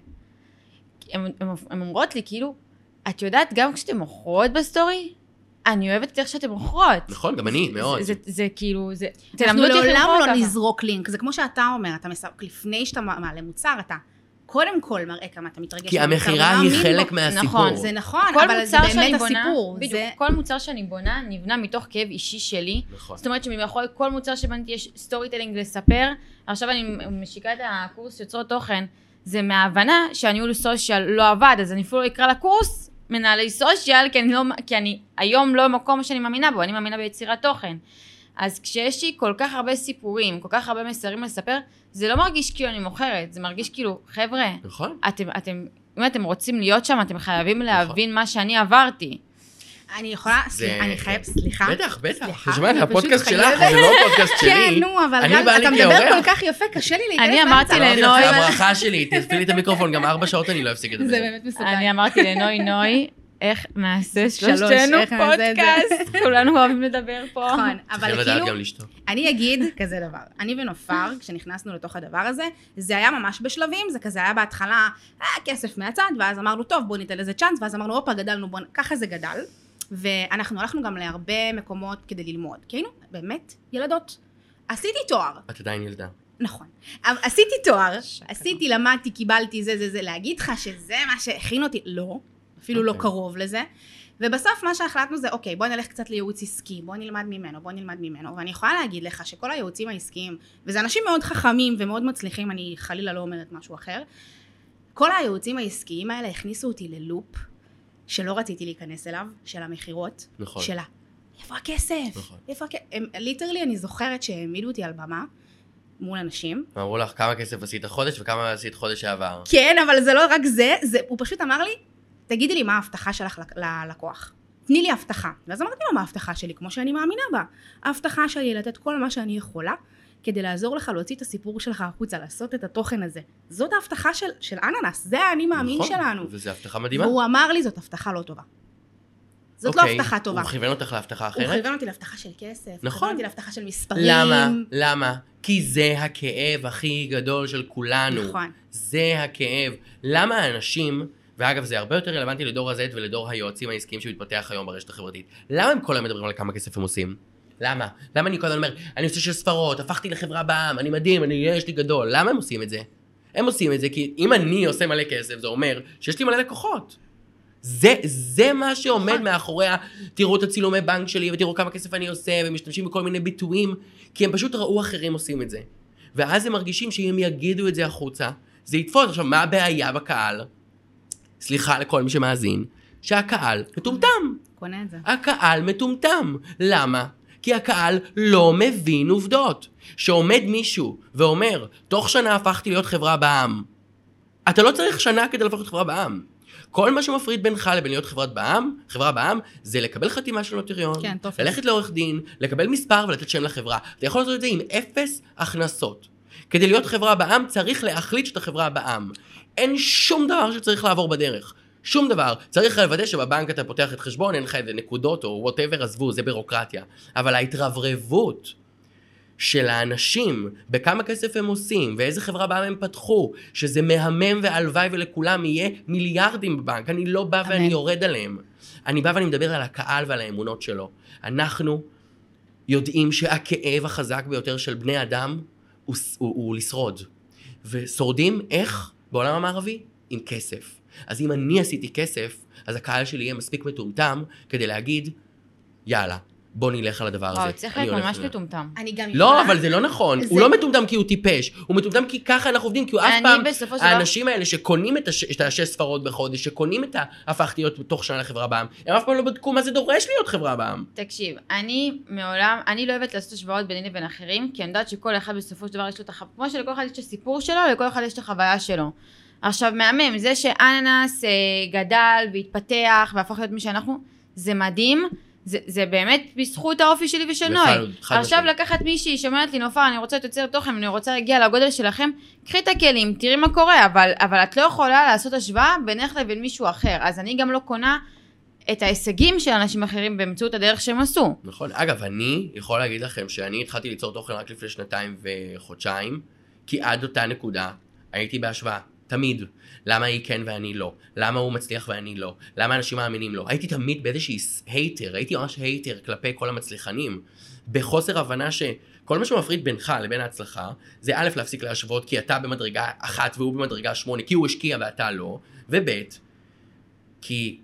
הם אומרות לי, כאילו, את יודעת, גם כשאתם מוכרות בסטורי, אני אוהבת את איך שאתם מוכרות. נכון, גם אני, מאוד. זה כאילו, אנחנו לעולם לא נזרוק לינק, זה כמו שאתה אומר, לפני שאתה מעלה מוצר, אתה קודם כל מראה כמה אתה מתרגש. כי המחירה היא חלק מהסיפור. נכון, זה נכון, אבל זה באמת הסיפור. בדיוק, כל מוצר שאני בונה נבנה מתוך כאב אישי שלי. נכון. זאת אומרת שמאחורי כל מוצר שבניתי יש סטורי טלינג לספר. עכשיו אני משיקה את הקורס יוצרות תוכן. זה מההבנה שהניהול סושיאל לא עבד, אז אני אפילו לא אקרא לקורס מנהלי סושיאל, כי אני היום לא מקום שאני מאמינה בו, אני מאמינה ביצירת תוכן. אז כשיש לי כל כך הרבה סיפורים, כל כך הרבה מסרים לספר, זה לא מרגיש כאילו אני מוכרת, זה מרגיש כאילו, חבר'ה, נכון. אם אתם רוצים להיות שם, אתם חייבים להבין מה שאני עברתי. אני יכולה, אני חייבת, סליחה. בטח. אני שומעת, הפודקאסט שלך, זה לא פודקאסט שלי. כן, נו, אבל אתה מדבר כל כך יפה, קשה לי להתערב. אני אמרתי לנוי, הברכה שלי, תפעילי את המיקרופון, גם 4 שעות אני לא אפסיק את זה. זה באמת מסוכן. אני אמרתי לנוי, איך נעשה שלושתנו פודקאסט, כולנו אוהבים לדבר פה. נכון, אבל כאילו, לשתות. אני אגיד כזה דבר, אני ונופר, כשנכנסנו לתוך הדבר הזה, זה היה ממש בשלבים, זה כזה היה בהתחלה, כסף מהצד, ואז אמרנו, טוב, בוא ניתן לזה צ'אנס, ואז אמרנו, אופה, גדלנו, ככה זה גדל, ואנחנו הלכנו גם להרבה מקומות כדי ללמוד, כי היינו באמת ילדות. עשיתי תואר. את עדיין ילדה. נכון. עשיתי תואר, למדתי, קיבלתי זה, להגיד לך שזה מה שהכין אותי, לא. אפילו לא קרוב לזה, ובסוף מה שהחלטנו זה, אוקיי, בוא נלך קצת לייעוץ עסקי, בוא נלמד ממנו, ואני יכולה להגיד לך שכל הייעוצים העסקיים, וזה אנשים מאוד חכמים ומאוד מצליחים, אני חלילה לא אומרת משהו אחר, כל הייעוצים העסקיים האלה הכניסו אותי ללופ, שלא רציתי להיכנס אליו, של המחירות, נכון. שלה. איפה הכסף? נכון. ליטרלי אני זוכרת שהעמידו אותי על במה, מול אנשים. אמרו לך כמה כסף עשית חודש וכמה עשית חודש שעבר. כן, אבל זה לא רק זה, הוא פשוט אמר לי, תגידי לי מה ההבטחה שלך ללקוח. תני לי הבטחה. ואז אמרתי לו מה ההבטחה שלי, כמו שאני מאמינה בה. ההבטחה שלי לתת כל מה שאני יכולה, כדי לעזור לך להוציא את הסיפור שלך החוצה, לעשות את התוכן הזה. זאת ההבטחה של אננס, זה האני מאמין שלנו. נכון, וזו הבטחה מדהימה. והוא אמר לי, זאת הבטחה לא טובה. זאת לא הבטחה טובה. הוא כיוון אותך להבטחה אחרת? הוא כיוון אותי להבטחה של כסף. נכון. הוא כיוון אותי להבטחה של מספרים. למה? כי זה הכאב הכי גדול של כולנו. נכון. זה הכאב. למה האנשים, ואגב זה הרבה יותר רלוונטי לדור ה-Z ולדור היועצים העסקיים שמתפתח היום ברשת החברתית, למה הם כל היום מדברים על כמה כסף הם עושים? למה? למה אני כל הזמן אומר, אני עושה של ספרות, הפכתי לחברה בעם, אני מדהים, יש לי גדול. למה הם עושים את זה? הם עושים את זה כי אם אני עושה מלא כסף, זה אומר שיש לי מלא לקוחות. זה מה שעומד מאחוריה, תראו את הצילומי בנק שלי, ותראו כמה כסף אני עושה, ומשתמשים בכל מיני ביטויים, כי הם פשוט ראו אחרים עושים את זה. ואז הם מרגישים שאם יגידו את זה החוצה, זה יתפוס. עכשיו, מה הבעיה בקהל? סליחה לכל מי שמאזין, שהקהל מטומטם. קונה את זה. הקהל מטומטם. למה? כי הקהל לא מבין עובדות. שעומד מישהו ואומר, תוך שנה הפכתי להיות חברה בעם. אתה לא צריך שנה כדי להפוך להיות חברה בעם. כל מה שמפריד בינך לבין להיות חברה בעם, זה לקבל חתימה של נוטריון, כן, ללכת לעורך דין, לקבל מספר ולתת שם לחברה. אתה יכול לעשות את זה עם 0 הכנסות. כדי להיות חברה בעם, צריך להחליט שאתה חברה בעם. אין שום דבר שצריך לעבור בדרך. שום דבר. צריך לוודא שבבנק אתה פותח את חשבון, אין לך איזה נקודות או whatever, עזבו, זה בירוקרטיה. אבל ההתרברבות של האנשים, בכמה כסף הם עושים, ואיזה חברה בעם הם פתחו, שזה מהמם והלוואי ולכולם יהיה מיליארדים בבנק. אני לא בא ואני יורד עליהם. אני בא ואני מדבר על הקהל ועל האמונות שלו. אנחנו יודעים שהכאב החזק ביותר של בני אדם הוא לשרוד. ושורדים איך? בעולם המערבי? עם כסף. אז אם אני עשיתי כסף, אז הקהל שלי יהיה מספיק מטומטם כדי להגיד, יאללה, בוא נלך על הדבר הזה. צריך להיות ממש מטומטם. לא, אבל זה לא נכון. הוא לא מטומטם כי הוא טיפש. הוא מטומטם כי ככה אנחנו עובדים, כי הוא אף פעם, האנשים האלה שקונים את השש ספרות בחודש, שקונים את הפכתי להיות תוך שנה לחברה בעם, הם אף פעם לא בדקו מה זה דורש להיות חברה בעם. תקשיב, אני לא אוהבת לעשות השוואות ביני לבין אחרים, כי אני יודעת שכל אחד בסופו של דבר יש לו כמו שלכל אחד יש את הסיפור שלו, לכל אחד יש את החוויה שלו. עכשיו, מהמם, זה שאננס גדל והתפתח והפך להיות מי שאנחנו, זה מדהים. זה באמת בזכות האופי שלי ושל נוי. עכשיו לקחת מישהי שאומרת לי, נופר, אני רוצה לתוצר תוכן, אני רוצה להגיע לגודל שלכם, קחי את הכלים, תראי מה קורה, אבל את לא יכולה לעשות השוואה בינך לבין מישהו אחר. אז אני גם לא קונה את ההישגים של אנשים אחרים באמצעות הדרך שהם עשו. נכון. אגב, אני יכול להגיד לכם שאני התחלתי ליצור תוכן רק לפני 2 וחודשיים, כי עד אותה נקודה הייתי בהשוואה. תמיד. למה היא כן ואני לא? למה הוא מצליח ואני לא? למה אנשים מאמינים לו? הייתי תמיד באיזושהי הייטר, הייתי ממש הייטר כלפי כל המצליחנים, בחוסר הבנה שכל מה שמפריד בינך לבין ההצלחה, זה א' להפסיק להשוות כי אתה במדרגה 1 והוא במדרגה 8, כי הוא השקיע ואתה לא, וב' כי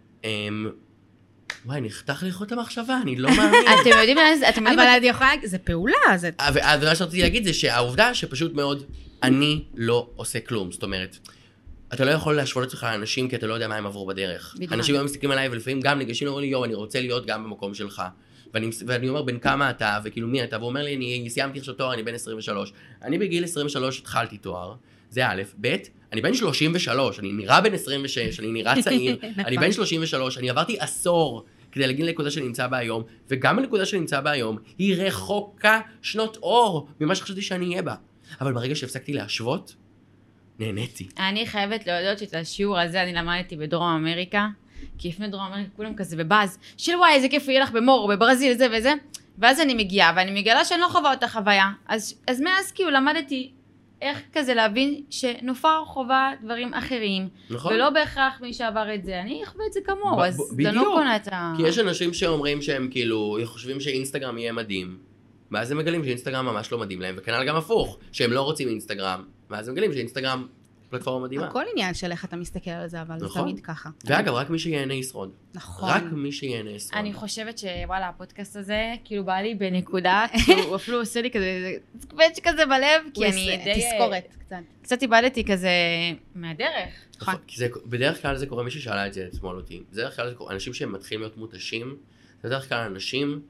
וואי, נחתך לי חוט המחשבה, אני לא מאמין. אתם יודעים, אבל אני יכולה, זה פעולה, זה... ומה שרציתי להגיד זה שהעובדה שפשוט מאוד, אני לא עושה כלום, זאת אומרת, אתה לא יכול להשוות עצמך לאנשים כי אתה לא יודע מה הם עברו בדרך. אנשים גם מסתכלים עליי ולפעמים גם ניגשים ואומרים לי, יו, אני רוצה להיות גם במקום שלך. ואני אומר, בין כמה אתה, וכאילו מי אתה, והוא אומר לי, אני סיימתי עכשיו תואר, אני בן 23. אני בגיל 23 התחלתי תואר, זה א', ב', אני בן 33, אני נראה בן 26, אני נראה צעיר, אני בן 33, אני עברתי עשור כדי להגיע לנקודה שנמצא בה היום, וגם הנקודה שנמצא בה היום היא רחוקה שנות אור ממה שחשבתי שאני אהיה בה. אבל ברגע שהפסקתי להשוות, נהניתי. אני חייבת להודות שאת השיעור הזה אני למדתי בדרום אמריקה, כי לפני דרום אמריקה כולם כזה בבאז, של וואי איזה כיף יהיה לך במור, בברזיל, זה וזה, ואז אני מגיעה, ואני מגלה שאני לא חווה אותה חוויה, אז מאז כאילו למדתי איך כזה להבין שנופר חובה דברים אחרים, נכון. ולא בהכרח מי שעבר את זה, אני חווה את זה כמוהו, אז זה לא קונה את ה... כי יש אנשים שאומרים שהם כאילו, חושבים שאינסטגרם יהיה מדהים, ואז הם מגלים שאינסטגרם ממש לא מדהים להם, וכנ"ל גם הפוך, שהם לא רוצים אינסטגרם, ואז הם מגלים שאינסטגרם פלטפורמה מדהימה. הכל עניין של איך אתה מסתכל על זה, אבל נכון. זה תמיד ככה. ואגב, רק מי שיהנה ישרוד. נכון. רק מי שיהנה ישרוד. אני חושבת שוואלה, הפודקאסט הזה, כאילו בא לי בנקודה, הוא אפילו עושה לי כזה, סקווץ' כזה בלב, כי אני די... תזכורת קצת. קצת איבדתי כזה מהדרך. נכון. כי בדרך כלל זה קורה, מישהו שאלה את זה אתמול אותי, בדרך כלל זה קורה, אנשים שהם מתחילים להיות מותשים, זה בדרך כלל אנשים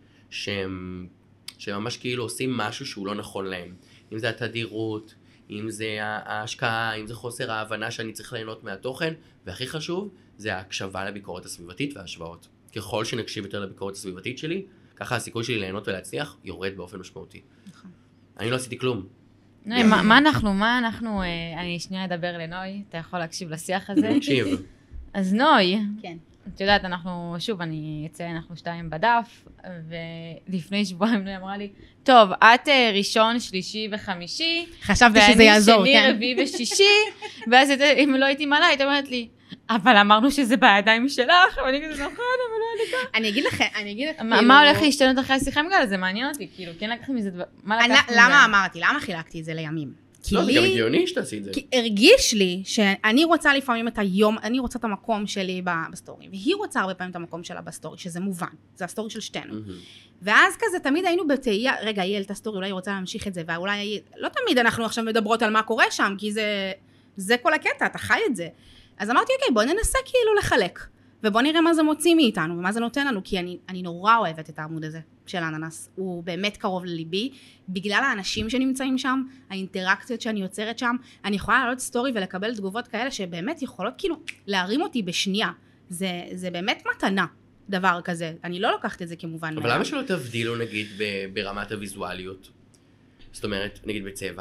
שממש כאילו עושים משהו שהוא לא נכון להם. אם זה התדירות, אם זה ההשקעה, אם זה חוסר ההבנה שאני צריך ליהנות מהתוכן, והכי חשוב, זה ההקשבה לביקורת הסביבתית וההשוואות. ככל שנקשיב יותר לביקורת הסביבתית שלי, ככה הסיכוי שלי ליהנות ולהצליח יורד באופן משמעותי. נכון. אני לא עשיתי כלום. נוי, מה אנחנו, אני שנייה אדבר לנוי, אתה יכול להקשיב לשיח הזה? נקשיב. אז נוי, כן. את יודעת, שוב, אני אציין, אנחנו 2 בדף, ולפני שבועיים נוי אמרה לי, טוב, את ראשון, שלישי וחמישי, חשבתי שזה יעזור, ואני שני, רביעי ושישי, ואז אם לא הייתי מעלה, היית אומרת לי, אבל אמרנו שזה בידיים שלך, ואני כזה נכון, אבל לא אני כך. אני אגיד לך, מה הולך להשתנות אחרי השיחה מגלה? זה מעניין אותי, כאילו, כן לקחתי מזה דבר, מה לקחת מזה? למה אמרתי? למה חילקתי את זה לימים? לא, זה גם הגיוני שתעשי את זה. כי הרגיש לי שאני רוצה לפעמים את היום, אני רוצה את המקום שלי בסטורי, והיא רוצה הרבה פעמים את המקום שלה בסטורי, שזה מובן, זה הסטורי של שתינו. ואז כזה תמיד היינו בתהייה, רגע, היא העלתה סטורי, אולי היא רוצה להמשיך את זה, ואולי לא תמיד אנחנו עכשיו מדברות על מה קורה שם, כי זה כל הקטע, אתה חי את זה. אז אמרתי, אוקיי, בוא ננסה כאילו לחלק, ובוא נראה מה זה מוציא מאיתנו, ומה זה נותן לנו, כי אני נורא אוהבת את העמוד הזה של האננס, הוא באמת קרוב לליבי, בגלל האנשים שנמצאים שם, האינטראקציות שאני יוצרת שם, אני יכולה לעלות סטורי ולקבל תגובות כאלה, שבאמת יכולות כאילו להרים אותי בשנייה, זה באמת מתנה, דבר כזה, אני לא לוקחת את זה כמובן. אבל למה שלא תבדילו נגיד ברמת הוויזואליות? זאת אומרת, נגיד בצבע.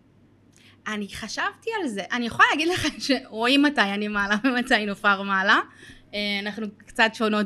אני חשבתי על זה, אני יכולה להגיד לך שרואים מתי אני מעלה ומתי נופר מעלה, אנחנו קצת שונות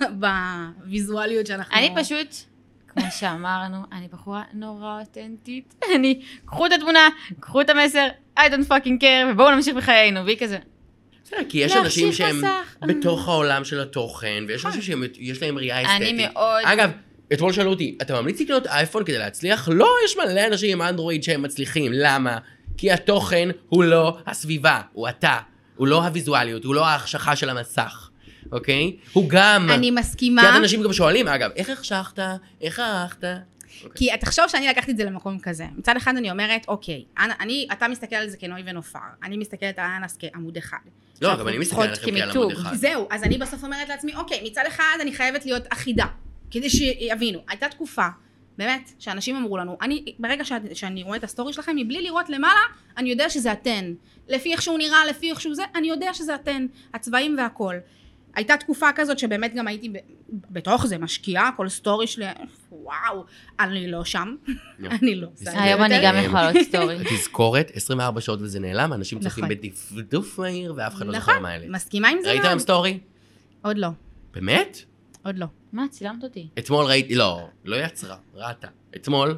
בוויזואליות שאנחנו... אני פשוט, כמו שאמרנו, אני בחורה נורא אותנטית, קחו את התמונה, קחו את המסר, I don't fucking care, ובואו נמשיך בחיינו, והיא כזה... כי יש אנשים שהם בתוך העולם של התוכן, ויש אנשים שיש להם ראייה אסתטית. אני מאוד... אגב, אתמול שאלו אותי, אתה ממליץ לקנות אייפון כדי להצליח? לא, יש מלא אנשים עם אנדרואיד שהם מצליחים, למה? כי התוכן הוא לא הסביבה, הוא אתה, הוא לא הוויזואליות, הוא לא ההחשכה של המסך, אוקיי? הוא גם... אני מסכימה. כי אנשים גם שואלים, אגב, איך החשכת? איך ערכת? כי תחשוב שאני לקחתי את זה למקום כזה. מצד אחד אני אומרת, אוקיי, אתה מסתכל על זה כנוי ונופר, אני מסתכלת על האנס כעמוד אחד. לא, גם אני מסתכל עליכם כעמוד אחד. זהו, אז אני בסוף אומרת לעצמי, אוקיי, מצד אחד אני חייבת להיות אחידה, כדי שיבינו. הייתה תקופה, באמת, שאנשים אמרו לנו, ברגע שאני רואה את הסטורי שלכם, מבלי לראות למעלה, אני יודע שזה אתן. לפי איך שהוא נראה, לפי איך שהוא זה, אני יודע שזה אתן, הצבעים והכל. הייתה תקופה כזאת שבאמת גם הייתי בתוך זה משקיעה, כל סטורי שלי, וואו, אני לא שם, אני לא. היום אני גם יכולה להיות סטורי. תזכורת, 24 שעות וזה נעלם, אנשים צופים בדפדוף מהיר, ואף אחד לא זוכר מה אלה. מסכימה עם זה? ראית להם סטורי? עוד לא. באמת? עוד לא. מה, צילמת אותי? אתמול ראיתי, לא יצרה, ראתה. אתמול?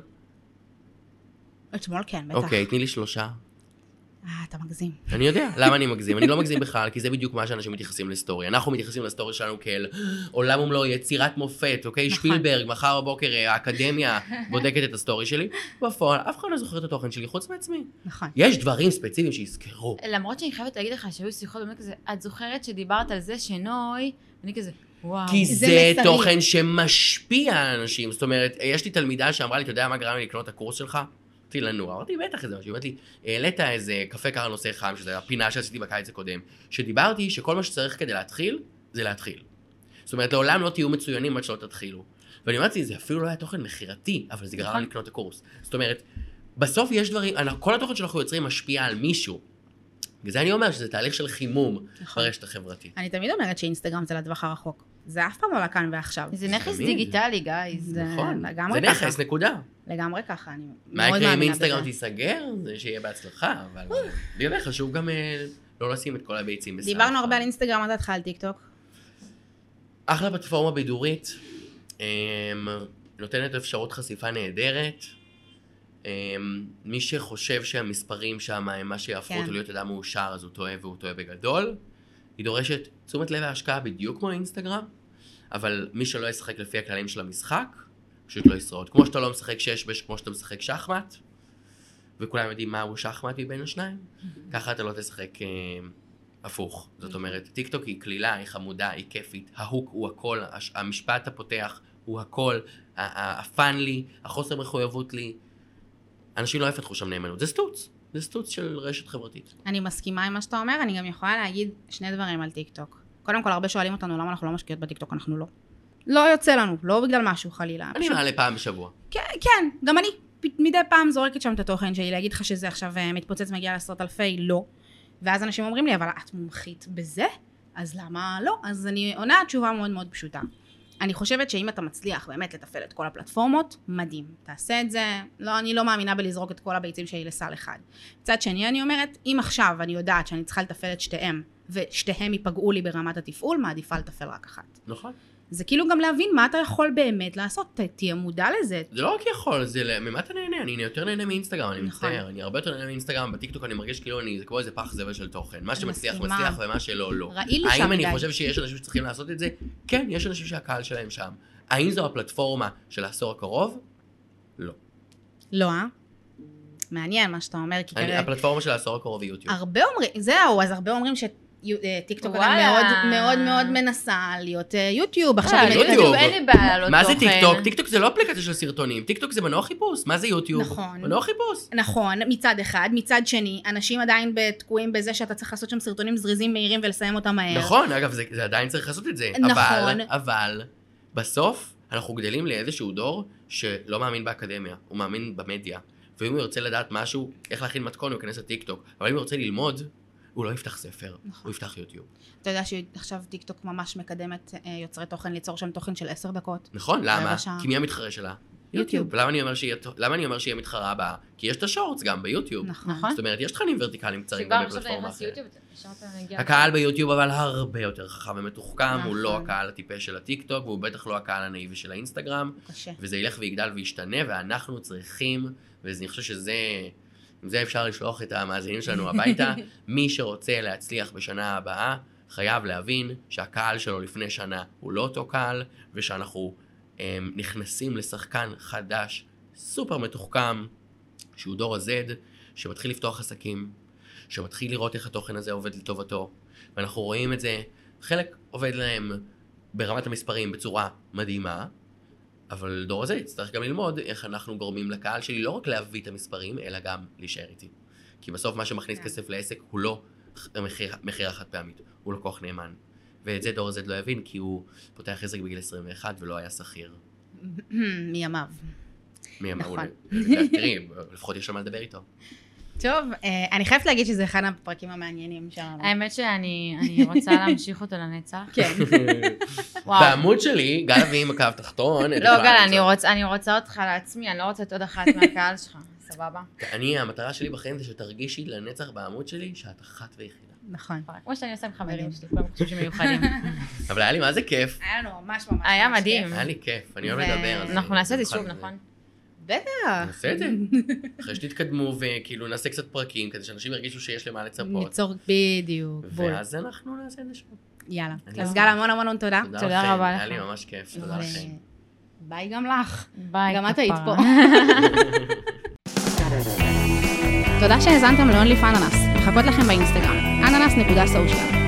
אתמול כן, בטח. אוקיי, תני לי 3. אתה מגזים. אני יודע, למה אני מגזים? אני לא מגזים בכלל, כי זה בדיוק מה שאנשים מתייחסים לסטורי. אנחנו מתייחסים לסטורי שלנו כאל עולם ומלואו, יצירת מופת, אוקיי? שפילברג, מחר בבוקר האקדמיה בודקת את הסטורי שלי. בפועל, אף אחד לא זוכר את התוכן שלי, חוץ מעצמי. נכון. יש דברים ספציפיים שיזכרו. למרות שאני חייבת להגיד לך שהיו שיחות באמת כזה, את זוכרת שדיברת על זה שנוי, ואני כזה, וואו. כי זה תוכן שמשפיע על אנשים. זאת אומרת, יש לי תלמידה שאמרה לי, אתה יודע מה גרם לי לקנות את הקורס שלך? לנו, אמרתי בטח איזה משהו, אמרתי לי, העלית איזה קפה קר נושא חם, שזה הפינה שעשיתי בקיץ הקודם, שדיברתי שכל מה שצריך כדי להתחיל, זה להתחיל. זאת אומרת, לעולם לא תהיו מצוינים עד שלא תתחילו. ואני אמרתי, זה אפילו לא היה תוכן מחירתי, אבל זה גרם לי לקנות את הקורס. זאת אומרת, בסוף יש דברים, כל התוכן שאנחנו יוצרים משפיע על מישהו. וזה אני אומר שזה תהליך של חימום ברשת החברתית. אני תמיד אומרת שאינסטגרם זה לטווח הרחוק. זה אף פעם לא לכאן ועכשיו. זה נכס דיגיטלי, גייז. נכון, זה נכס, נקודה. לגמרי ככה, אני מאוד מה מאמינה יקרה אם בזה. אינסטגרם תיסגר? זה שיהיה בהצלחה, אבל באמת חשוב גם לא לשים את כל הביצים בסך. דיברנו הרבה על אינסטגרם, עד התחל טיק טוק. אחלה פלטפורמה בידורית, נותנת אפשרות חשיפה נהדרת. מי שחושב שהמספרים שם הם מה שיהפכו אותו להיות אדם מאושר, אז הוא טועה והוא טועה בגדול. היא דורשת תשומת לב והשקעה בדיוק כמו אינסטגרם, אבל מי שלא ישחק לפי הכללים של המשחק, פשוט לא ישרוד. כמו שאתה לא משחק 6 כמו שאתה משחק שחמט, וכולם יודעים מהו שחמט מבין השניים, ככה אתה לא תשחק הפוך. זאת אומרת, טיק טוק היא כלילה, היא חמודה, היא כיפית, ההוק הוא הכל, המשפט הפותח הוא הכל, הפן לי, החוסר מחויבות לי, אנשים לא יפתחו שם נאמנות, זה סטוץ. זה סטוץ של רשת חברתית. אני מסכימה עם מה שאתה אומר, אני גם יכולה להגיד 2 דברים על טיק טוק. קודם כל, הרבה שואלים אותנו למה אנחנו לא משקיעות בטיק טוק, אנחנו לא. לא יוצא לנו, לא בגלל משהו חלילה. אני מעלה פעם בשבוע. כן, גם אני מדי פעם זורקת שם את התוכן שלי, להגיד לך שזה עכשיו מתפוצץ מגיע לעשרות אלפי, לא. ואז אנשים אומרים לי, אבל את מומחית בזה? אז למה לא? אז אני עונה תשובה מאוד מאוד פשוטה. אני חושבת שאם אתה מצליח באמת לתפעל את כל הפלטפורמות, מדהים. תעשה את זה, לא, אני לא מאמינה בלזרוק את כל הביצים שלי לסל אחד. מצד שני אני אומרת, אם עכשיו אני יודעת שאני צריכה לתפעל את שתיהם, ושתיהם ייפגעו לי ברמת התפעול, מעדיפה לתפעל רק אחת. נכון. זה כאילו גם להבין מה אתה יכול באמת לעשות, תהיה מודע לזה. זה לא רק יכול, זה ממה אתה נהנה, אני יותר נהנה מאינסטגרם, אני נכון. מצטער, אני הרבה יותר נהנה מאינסטגרם, בטיקטוק אני מרגיש כאילו זה כמו איזה פח זבל של תוכן, מה שמצליח מסכימה. מצליח ומה שלא לא. רעיל לי שם האם מדי. אני חושב שיש אנשים שצריכים לעשות את זה? כן, יש אנשים שהקהל שלהם שם. האם זו הפלטפורמה של העשור הקרוב? לא. לא, מעניין מה שאתה אומר, כי כנראה... הפלטפורמה של העשור הקרוב היא יוטיוב. הרבה אומרים, זהו, אז הרבה אומרים שטיקטוק וואלה. מאוד מאוד מאוד מנסה להיות יוטיוב. עכשיו עם יוטיוב. יוטיוב, אין לי בעיה לעלות מה זה תוכן. טיקטוק? טיקטוק זה לא אפליקציה של סרטונים, טיקטוק זה מנוע חיפוש. מה זה יוטיוב? נכון. מנוע חיפוש. נכון, מצד אחד, מצד שני, אנשים עדיין תקועים בזה שאתה צריך לעשות שם סרטונים זריזים מהירים ולסיים אותם מהר. נכון, אגב, זה עדיין צריך לעשות את זה. נכון. אבל בסוף אנחנו גדלים לאיזשהו דור שלא מאמין באקדמיה, הוא מאמין במדיה. ואם הוא ירצה לדעת משהו, איך להכין מתכון, הוא יכנס לטיקטוק. אבל אם הוא ירצה ללמוד, הוא לא יפתח ספר, הוא יפתח יוטיוב. אתה יודע שעכשיו טיקטוק ממש מקדמת יוצרי תוכן, ליצור שם תוכן של 10 דקות. נכון, למה? רבע שעה. כי מי המתחרה שלה? יוטיוב. למה אני אומר שיהיה מתחרה הבאה? כי יש את השורטס גם ביוטיוב. נכון. זאת אומרת, יש תכנים ורטיקליים קצרים גם שכבר עכשיו בפלטפורמה נכנס אחרת. ליוטיוב, ישרת להגיע. הקהל ביוטיוב אבל הרבה יותר חכם ומתוחכם, הוא לא נכון. הקהל הטיפש של הטיקטוק, והוא בטח לא הקהל הנאיבי של האינסטגרם, קשה. וזה ילך ויגדל וישתנה, ואנחנו צריכים, ואני חושב שזה, עם זה אפשר לשלוח את המאזינים שלנו הביתה, מי שרוצה להצליח בשנה הבאה, חייב להבין שהקהל שלו לפני שנה הוא לא אותו קהל, ושאנחנו נכנסים לשחקן חדש, סופר מתוחכם, שהוא דור ה-Z, שמתחיל לפתוח עסקים, שמתחיל לראות איך התוכן הזה עובד לטובתו, ואנחנו רואים את זה, חלק עובד להם ברמת המספרים בצורה מדהימה, אבל דור הזה יצטרך גם ללמוד איך אנחנו גורמים לקהל שלי לא רק להביא את המספרים, אלא גם להישאר איתי. כי בסוף מה שמכניס כסף לעסק הוא לא מחיר החד פעמית, הוא לקוח נאמן. ואת זה דור הזה לא יבין, כי הוא פותח עסק בגיל 21 ולא היה שכיר. מימיו. נכון. תראי, לפחות יש לו מה לדבר איתו. טוב, אני חייבת להגיד שזה אחד הפרקים המעניינים שם. האמת שאני רוצה להמשיך אותו לנצח. כן. וואו. בעמוד שלי, גל אבי עם הקו תחתון. לא, גל, אני רוצה אותך לעצמי, אני לא רוצה את עוד אחת מהקהל שלך, סבבה? המטרה שלי בחיים זה שתרגישי לנצח בעמוד שלי שאת אחת ויחידה. נכון. כמו שאני עושה עם חברים שלי, כולם חושבים שמיוחדים. אבל היה לי מה זה כיף. היה לנו ממש ממש היה מדהים. היה לי כיף, אני אוהב לדבר על זה. אנחנו נעשה את זה שוב, נכון? בטח. נעשה את זה. אחרי שתתקדמו וכאילו נעשה קצת פרקים כדי שאנשים ירגישו שיש למה לצפות. ניצור בדיוק. בול. ואז אנחנו נעשה את זה שוב. יאלה. אני אז אשמח. גל, המון המון תודה. תודה רבה לך. היה לי ממש כיף, תודה לכם. ביי גם לך. ביי. גם את היית פה. כפרה. תודה שהאזנתם ל-Only Fun אננס. מחכות לכם באינסטגרם, ananas.social.